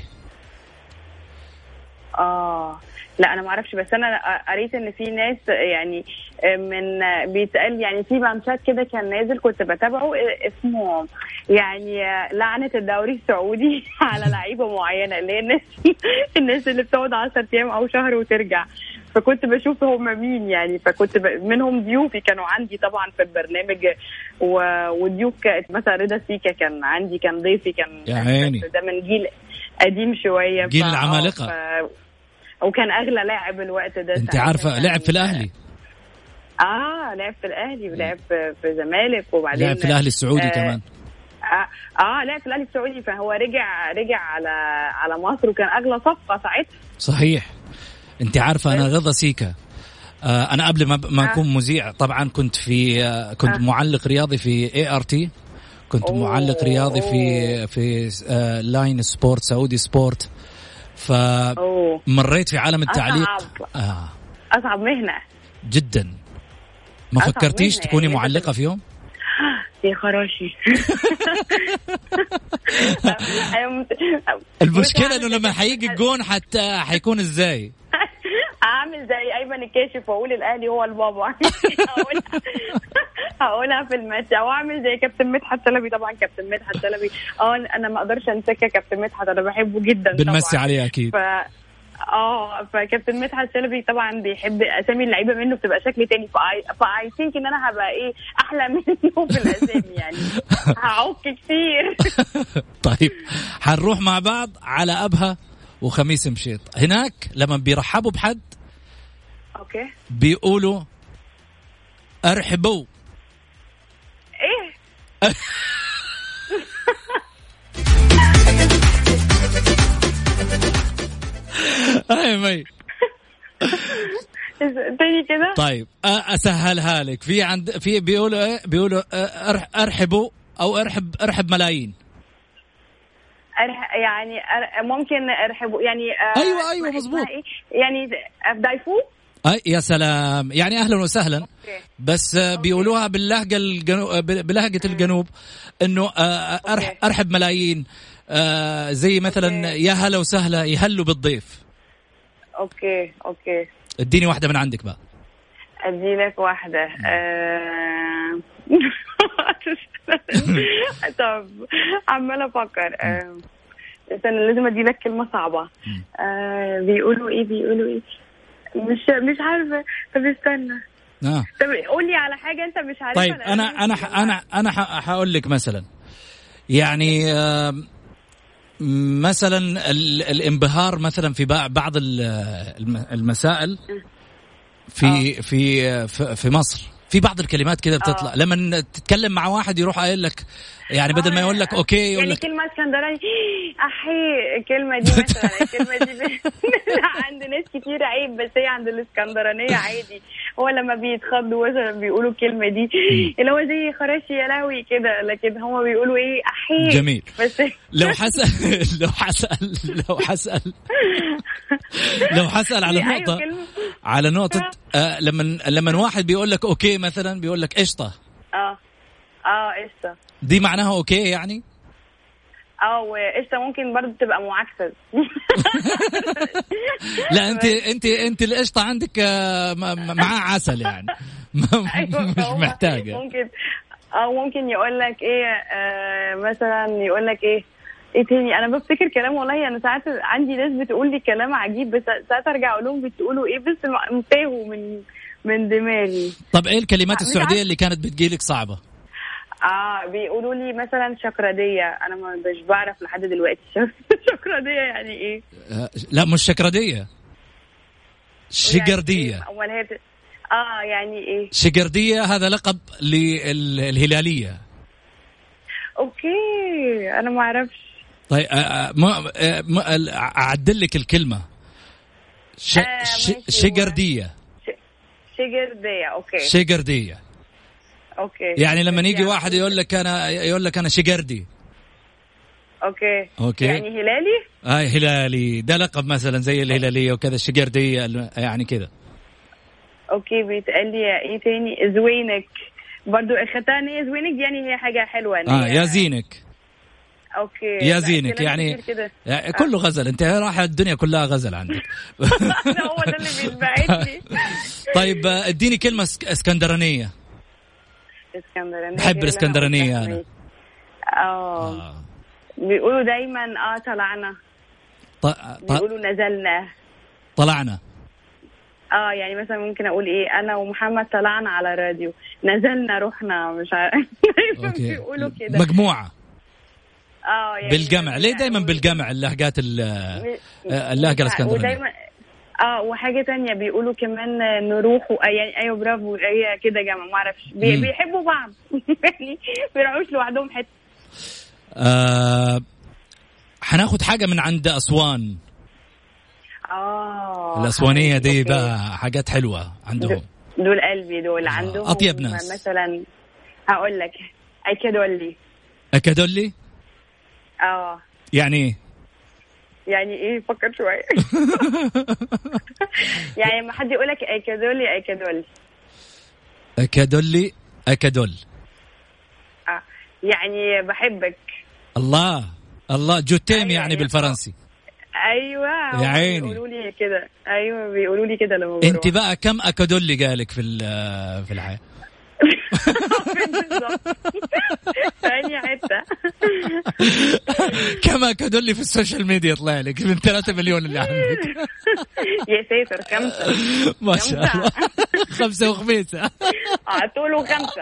آه لا أنا ما أعرفش، بس أنا قريت إن في ناس يعني من بيتقال يعني في ممشات كده كان نازل كنت بتابعه اسمه يعني لعنة الدوري السعودي على لعيبة معينة اللي هي الناس الناس اللي بتقعد عشرة أيام أو شهر وترجع. فكنت بشوف هم مين يعني، فكنت منهم ضيوفي كانوا عندي طبعا في البرنامج، وضيوف مثلا رضا سيكا كان عندي، كان ضيفي، كان يا عيني ده من جيل قديم شويه، جيل العمالقه، ف... وكان اغلى لاعب الوقت ده. انت عارفه لعب في الاهلي؟ اه لعب في الاهلي ولعب في الزمالك، وبعدين لعب في الاهلي السعودي آه كمان. اه, آه لعب في الاهلي السعودي، فهو رجع رجع على على مصر، وكان اغلى صفقه ساعتها. صحيح. انت عارفه انا رضا سيكا أنا قبل ما ما أكون مذيع طبعا كنت في كنت معلق رياضي في إيه آر تي. كنت أوه. معلق رياضي في في لاين سبورت سعودي سبورت. فمريت في عالم التعليق. أصعب, آه. أصعب مهنة جدا. ما فكرتيش تكوني يعني معلقة في يوم؟ يا خراشي. المشكلة إنه لما حيجي الجون حتى حيكون إزاي؟ أعمل زي أيمن الكاشف وأقول الأهلي هو البابا. هقولها في الماتش، أو أعمل زي كابتن مدحت شلبي. طبعا كابتن مدحت شلبي اه أنا ما أقدرش أنسى كابتن مدحت، أنا بحبه جدا. بنمسي عليه أكيد. ف... اه فكابتن مدحت شلبي طبعا بيحب اسامي اللعيبه منه بتبقى شكل تاني. فاي ثينك ان انا هبقى ايه احلى منه في الاسامي يعني. هعوق كتير. طيب هنروح مع بعض على ابها وخميس مشيط. هناك لما بيرحبوا بحد اوكي بيقولوا ارحبوا ايه. اي مي تاني كده. طيب اسهلها لك. في عند في بيقولوا ايه بيقولوا ارحبوا او ارحب ارحب ملايين. أرح يعني أر... ممكن ارحبوا يعني آه ايوه ايوه مظبوط إيه؟ يعني ضيفوا. اي يا سلام يعني اهلا وسهلا. أوكي. بس أوكي. بيقولوها باللهجه الجنوب بلهجه الجنوب انه أرح... ارحب ملايين. آه زي مثلا أوكي. يا هلا وسهلا يهلوا بالضيف. اوكي اوكي اديني واحده من عندك بقى. ادي لك واحده. أه... طب عماله افكر. أه... استنى لازم ادي لك كلمه صعبه. أه... بيقولوا ايه بيقولوا ايه مش مش عارفه. طب استنى. اه طب قول لي على حاجه انت مش عارفها. طيب انا انا انا انا هقول لك مثلا يعني آه مثلا الانبهار مثلا في بعض المسائل في في في مصر في بعض الكلمات كده بتطلع أوه. لما تتكلم مع واحد يروح قايل لك يعني بدل ما يقول لك اوكي يقول يعني لك كلمه اسكندراني احي. الكلمه دي مثلا الكلمه دي عند ناس كتير عيب، بس هي عند الاسكندرانيه عادي. هو لما بيتخضوا مثلا بيقولوا الكلمه دي اللي هو زي خراشي يا لهوي كده، لكن هم بيقولوا ايه احي. جميل. بس لو حسأل لو حسأل لو حسأل لو حسأل على نقطه على نقطه آه لما لما واحد بيقول لك اوكي مثلا بيقول لك قشطه. اه اه قشطه دي معناها اوكي يعني. اه وقشطه ممكن برضه تبقى معاكسه. لا انت انت انت القشطه عندك معاه عسل يعني. مش محتاجه. ممكن او ممكن يقول لك ايه آه مثلا يقول لك ايه ايه تاني. انا بفتكر كلام والله. انا ساعات عندي ناس بتقول لي كلام عجيب، بس ساعات ارجع اقول لهم بتقولوا ايه بس متاهوا من من دماغي. طب ايه الكلمات السعوديه اللي كانت بتجيلك صعبه؟ اه بيقولوا لي مثلا شكرديه. انا ما مش بعرف لحد دلوقتي شكرديه يعني ايه. آه لا مش شكرديه، شجرديه. يعني امال هي اه يعني ايه شجرديه؟ هذا لقب للهلاليه. اوكي انا ما اعرفش. طيب ما اعدل لك الكلمه. ش... آه ش... شجرديه. ش... شجرديه. اوكي شجرديه. اوكي يعني لما يجي واحد يقول لك انا يقول لك انا شجردي. اوكي اوكي يعني هلالي. اه هلالي ده لقب مثلا زي الهلاليه وكذا. الشجرديه يعني كده. اوكي بيتقال لي ايه تاني؟ زوينك برضو. ختاني زوينك يعني هي حاجه حلوه. اه يا زينك. اوكي يا زينك يعني, يعني كله غزل. انت راح الدنيا كلها غزل عندك. هو ده اللي بيتبعت لي. طيب اديني كلمه اسكندرانيه. اسكندرانيه بحب الاسكندرانيه انا. اه بيقولوا دايما اه طلعنا. ط... بيقولوا نزلنا. طلعنا. اه يعني مثلا ممكن اقول ايه انا ومحمد طلعنا على الراديو. نزلنا رحنا مش عارف. بيقولوا كده مجموعه. اه يعني بالجمع. ليه دايما بالجمع اللهجات اللهجه الاسكندرانيه؟ اه وحاجه تانية بيقولوا كمان نروح يعني ايوه برافو هي كده جمع ما اعرفش. بي بيحبوا بعض يعني بيروحوش لوحدهم حته. آه هناخد حاجه من عند اسوان. اه الأسوانية دي بقى حاجات حلوة عندهم. دول قلبي دول عندهم أطيب ناس. مثلا هقول لك أكادولي. أكادولي اه يعني يعني ايه؟ فكر شوية. يعني ما حد يقولك أكادولي أكادولي أكادولي أكادول اه يعني بحبك. الله الله جوتيم. أيوة يعني بالفرنسي. ايوه يا عيني بيقولوا لي كده. ايوه بيقولوا لي كده لما انت بقى كم أكادولي قالك في في الحياة؟ ثانية حتة. كم أكادولي في السوشيال ميديا طلع لك من ثلاثة مليون اللي عندك؟ يا ساتر خمسة. ما شاء الله. خمسة وخميسة. اعطوله خمسة.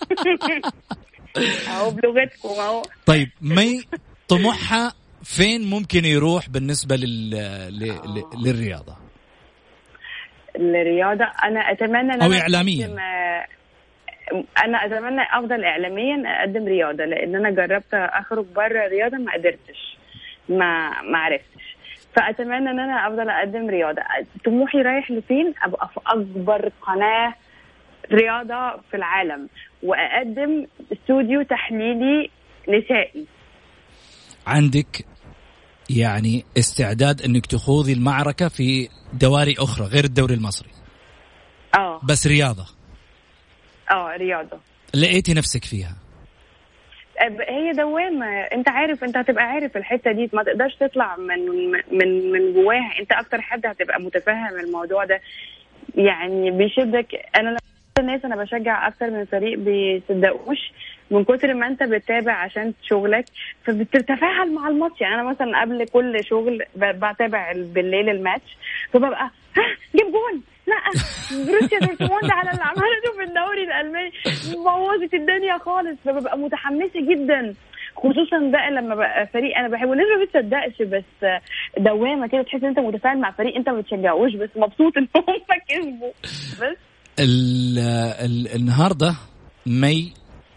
اهو بلغتكم اهو. طيب مي طموحها فين ممكن يروح بالنسبة لل... ل... للرياضة؟ الرياضة أنا أتمنى أن أو أنا إعلاميا. أنا أتمنى أفضل إعلاميا أقدم رياضة، لأن أنا جربت أخرج برا الرياضة ما قدرتش، ما ما عرفتش. فأتمنى أن أنا أفضل أقدم رياضة. طموحي رايح لفين؟ أبقى في أكبر قناة رياضة في العالم، وأقدم استوديو تحليلي نسائي. عندك يعني استعداد انك تخوضي المعركة في دواري اخرى غير الدوري المصري؟ اه بس رياضة. اه رياضة لقيتي نفسك فيها؟ هي دوامة. انت عارف، انت هتبقى عارف الحتة دي، ما تقدرش تطلع من من من جواها. انت اكتر حد هتبقى متفهم الموضوع ده، يعني بيشدك. انا الناس انا بشجع اكتر من فريق بيصدقوش من كتر ما انت بتتابع عشان شغلك، فبتتفاعل مع الماتش. يعني انا مثلا قبل كل شغل بتابع بالليل الماتش، فببقى ها جيب جون، لا بروسيا دورتموند على اللي عملته في الدوري الالماني بوظت الدنيا خالص، فببقى متحمسه جدا. خصوصا بقى لما بقى فريق انا بحبه. الناس ما بتصدقش، بس دوامه كده تحس انت متفاعل مع فريق انت ما بتشجعوش بس مبسوط ان هم كسبوا. بس ال ال النهارده مي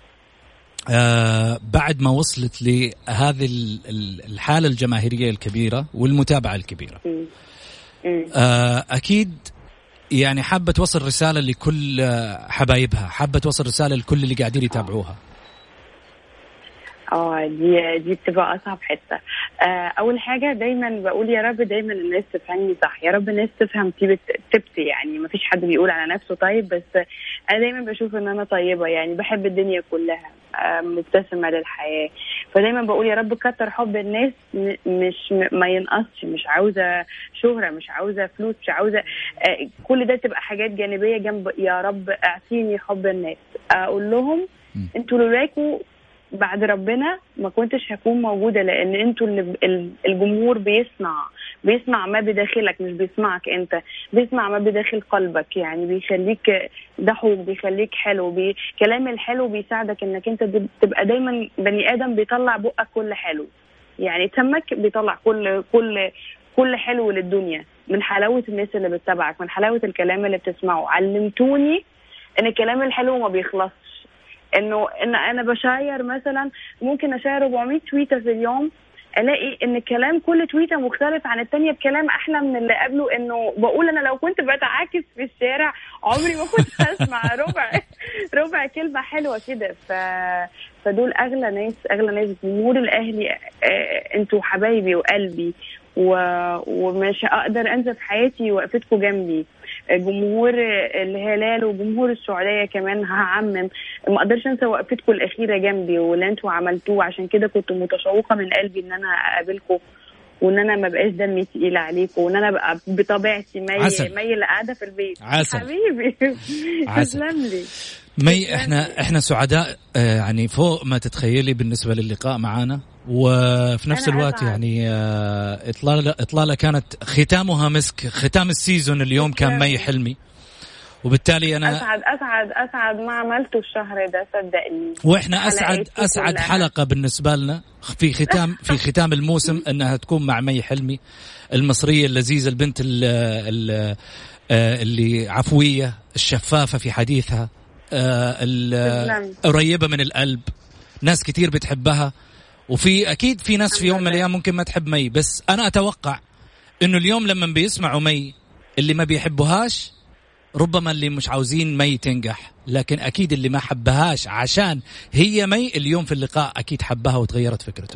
آه بعد ما وصلت لهذه الحالة الجماهيرية الكبيرة والمتابعة الكبيرة، آه أكيد يعني حابة توصل رسالة لكل حبايبها، حابة توصل رسالة لكل اللي قاعدين يتابعوها. اه دي دي بتبقى اصعب حته. آه اول حاجه دايما بقول يا رب دايما الناس تفهمني صح، يا رب الناس تفهم تبتي. يعني ما فيش حد بيقول على نفسه طيب، بس انا دايما بشوف ان انا طيبه، يعني بحب الدنيا كلها، آه مبتسمه للحياه. فدايما بقول يا رب كتر حب الناس، مش ما ينقصش. مش عاوزه شهره، مش عاوزه فلوس، مش عاوزه آه كل ده تبقى حاجات جانبيه جنب يا رب اعطيني حب الناس. اقول لهم انتوا لولاكوا بعد ربنا ما كنتش هكون موجودة، لأن انتوا اللي الجمهور بيسمع بيسمع ما بداخلك، مش بيسمعك انت، بيسمع ما بداخل قلبك. يعني بيخليك ضحوك، بيخليك حلو، بي... كلام الحلو بيساعدك انك انت تبقى دايما بني آدم بيطلع بقك كل حلو. يعني تمك بيطلع كل كل كل حلو للدنيا، من حلاوة الناس اللي بتتابعك، من حلاوة الكلام اللي بتسمعه. علمتوني ان الكلام الحلو ما بيخلص، انه ان انا بشاير مثلا ممكن اشاير أربعمية تويته في اليوم، الاقي ان الكلام كل تويته مختلف عن التانية بكلام احلى من اللي قبله. انه بقول انا لو كنت بتعاكس في الشارع عمري ما كنت هسمع ربع ربع كلمه حلوه كده. ف فدول اغلى ناس، اغلى ناس جمهور الاهلي. آه انتوا حبايبي وقلبي، و... ومش هقدر انسى في حياتي وقفتكم جنبي. جمهور الهلال وجمهور السعوديه كمان هعمم، ما اقدرش انسى وقفتكم الاخيره جنبي واللي انتوا عملتوه. عشان كده كنت متشوقه من قلبي ان انا اقابلكم، وان انا ما بقاش دمي تقيل عليكم، وان انا بقى بطبيعتي مي مي اللي قاعده في البيت. عسل. حبيبي تسلم لي مي. احنا اختنا سعداء يعني فوق ما تتخيلي بالنسبه للقاء معنا، وفي نفس الوقت أسعد. يعني اطلاله اطلاله كانت ختامها مسك. ختام السيزون اليوم كان مي حلمي، وبالتالي انا اسعد اسعد اسعد ما عملته الشهر ده صدقني. واحنا اسعد اسعد حلقه بالنسبه لنا في ختام في ختام الموسم انها تكون مع مي حلمي المصريه اللذيذه، البنت اللي, اللي عفويه، الشفافه في حديثها، قريبه من القلب، ناس كتير بتحبها. وفي اكيد في ناس في يوم من الايام ممكن ما تحب مي، بس انا اتوقع إنه اليوم لما بيسمعوا مي اللي ما بيحبوهاش ربما اللي مش عاوزين مي تنجح، لكن أكيد اللي ما حبهاش عشان هي مي اليوم في اللقاء أكيد حبها وتغيرت فكرته.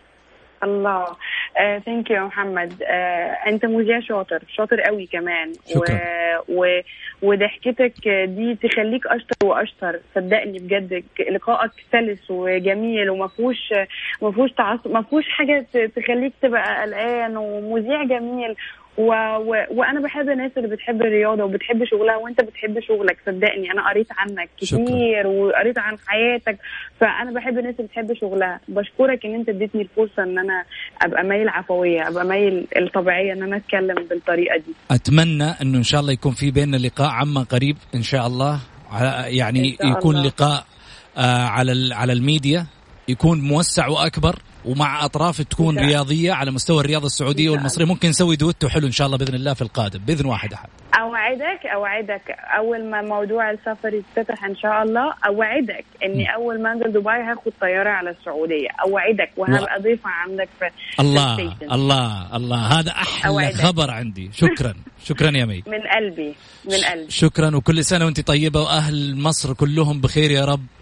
الله ثانك يو محمد. uh, انت مذيع شاطر شاطر قوي كمان. شكرا. و... و... وضحكتك دي تخليك اشطر واشطر، صدقني بجد لقائك سلس وجميل وما فيهوش ما فيهوش تعصب، ما فيهوش حاجه تخليك تبقى قلقان، ومذيع جميل. و... و... وانا بحب الناس اللي بتحب الرياضه وبتحب شغلها، وانت بتحب شغلك صدقني. انا قريت عنك كتير. شكرا. وقريت عن حياتك، فانا بحب الناس اللي بتحب شغلها. بشكرك ان انت اديتني الفرصه ان انا ابقى ميل عفويه، ابقى ميل الطبيعيه ان انا اتكلم بالطريقه دي. اتمنى انه ان شاء الله يكون في بيننا لقاء عما قريب ان شاء الله، يعني شاء يكون الله. لقاء آه على على الميديا يكون موسع واكبر، ومع أطراف تكون رياضية على مستوى الرياضة السعودية والمصرية. ممكن نسوي دويتو حلو إن شاء الله بإذن الله في القادم بإذن واحد أحد. أوعدك أوعدك أول ما موضوع السفر يتفتح إن شاء الله، أوعدك إني م. أول ما أنزل دبي هاخد طيارة على السعودية. أوعدك، وهبقى و... ضيفة عندك في الله في الله الله. هذا أحلى أوعدك. خبر عندي. شكرا شكرا يا مي من قلبي من قلبي. شكرا، وكل سنة وأنت طيبة وأهل مصر كلهم بخير يا رب،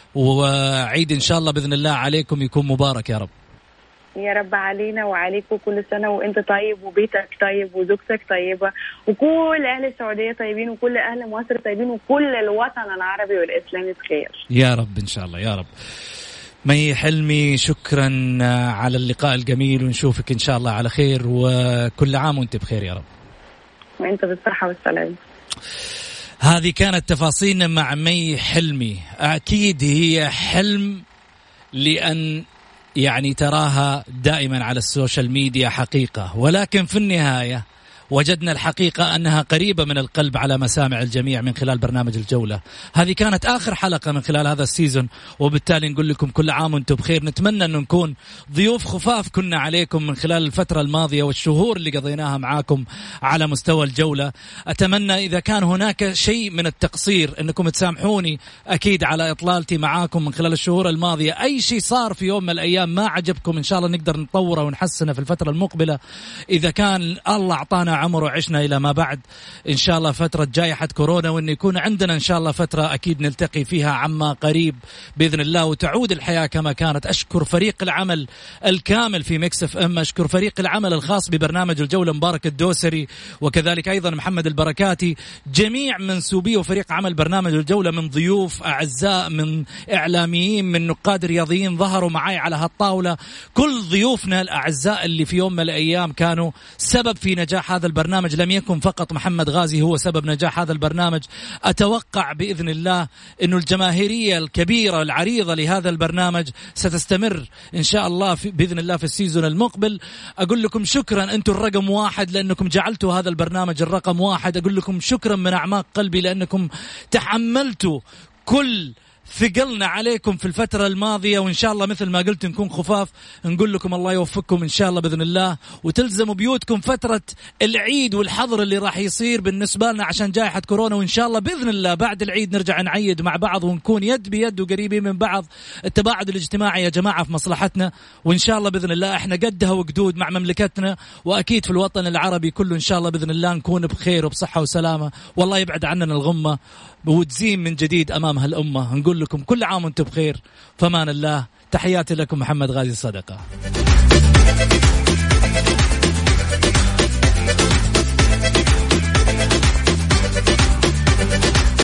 وعيد إن شاء الله بإذن الله عليكم يكون مبارك يا رب. يا رب علينا وعليكم، كل سنة وانت طيب وبيتك طيب وزوجتك طيبة وكل أهل السعودية طيبين وكل أهل مصر طيبين وكل الوطن العربي والإسلامي بخير يا رب إن شاء الله يا رب. مي حلمي شكرا على اللقاء الجميل، ونشوفك إن شاء الله على خير، وكل عام وانت بخير يا رب. وانت بالصحة والسلام. هذه كانت تفاصيلنا مع مي حلمي. أكيد هي حلم لأن يعني تراها دائما على السوشيال ميديا حقيقة، ولكن في النهاية وجدنا الحقيقة أنها قريبة من القلب على مسامع الجميع من خلال برنامج الجولة. هذه كانت آخر حلقة من خلال هذا السيزون، وبالتالي نقول لكم كل عام وانتم بخير. نتمنى أن نكون ضيوف خفاف كنا عليكم من خلال الفترة الماضية والشهور اللي قضيناها معاكم على مستوى الجولة. أتمنى إذا كان هناك شيء من التقصير أنكم تسامحوني أكيد على إطلالتي معاكم من خلال الشهور الماضية. أي شيء صار في يوم من الأيام ما عجبكم إن شاء الله نقدر نطوره ونحسنه في الفترة المقبلة. إذا كان الله أعطانا عمر وعشنا إلى ما بعد إن شاء الله فترة جائحة كورونا، وإن يكون عندنا إن شاء الله فترة أكيد نلتقي فيها عما قريب بإذن الله، وتعود الحياة كما كانت. أشكر فريق العمل الكامل في ميكس اف ام، أشكر فريق العمل الخاص ببرنامج الجولة مبارك الدوسري، وكذلك أيضا محمد البركاتي، جميع منسوبي وفريق عمل برنامج الجولة من ضيوف أعزاء، من إعلاميين، من نقاد رياضيين ظهروا معي على هالطاولة. كل ضيوفنا الأعزاء اللي في يوم من الأيام كانوا سبب في نجاح هذا البرنامج. لم يكن فقط محمد غازي هو سبب نجاح هذا البرنامج. أتوقع بإذن الله أنه الجماهيرية الكبيرة العريضة لهذا البرنامج ستستمر إن شاء الله في بإذن الله في السيزون المقبل. أقول لكم شكرا، أنتم الرقم واحد لأنكم جعلتوا هذا البرنامج الرقم واحد. أقول لكم شكرا من أعماق قلبي لأنكم تحملتوا كل ثقلنا عليكم في الفترة الماضية، وإن شاء الله مثل ما قلت نكون خفاف. نقول لكم الله يوفقكم إن شاء الله بإذن الله، وتلزموا بيوتكم فترة العيد والحظر اللي راح يصير بالنسبة لنا عشان جائحة كورونا. وإن شاء الله بإذن الله بعد العيد نرجع نعيد مع بعض ونكون يد بيد وقريبين من بعض. التباعد الاجتماعي يا جماعة في مصلحتنا، وإن شاء الله بإذن الله إحنا قدها وقدود مع مملكتنا، وأكيد في الوطن العربي كله إن شاء الله بإذن الله نكون بخير وبصحة وسلامة، والله يبعد عننا الغمة وتزين من جديد أمام هالأمة. نقول لكم كل عام وانتم بخير، فمان الله. تحياتي لكم محمد غازي صدقة.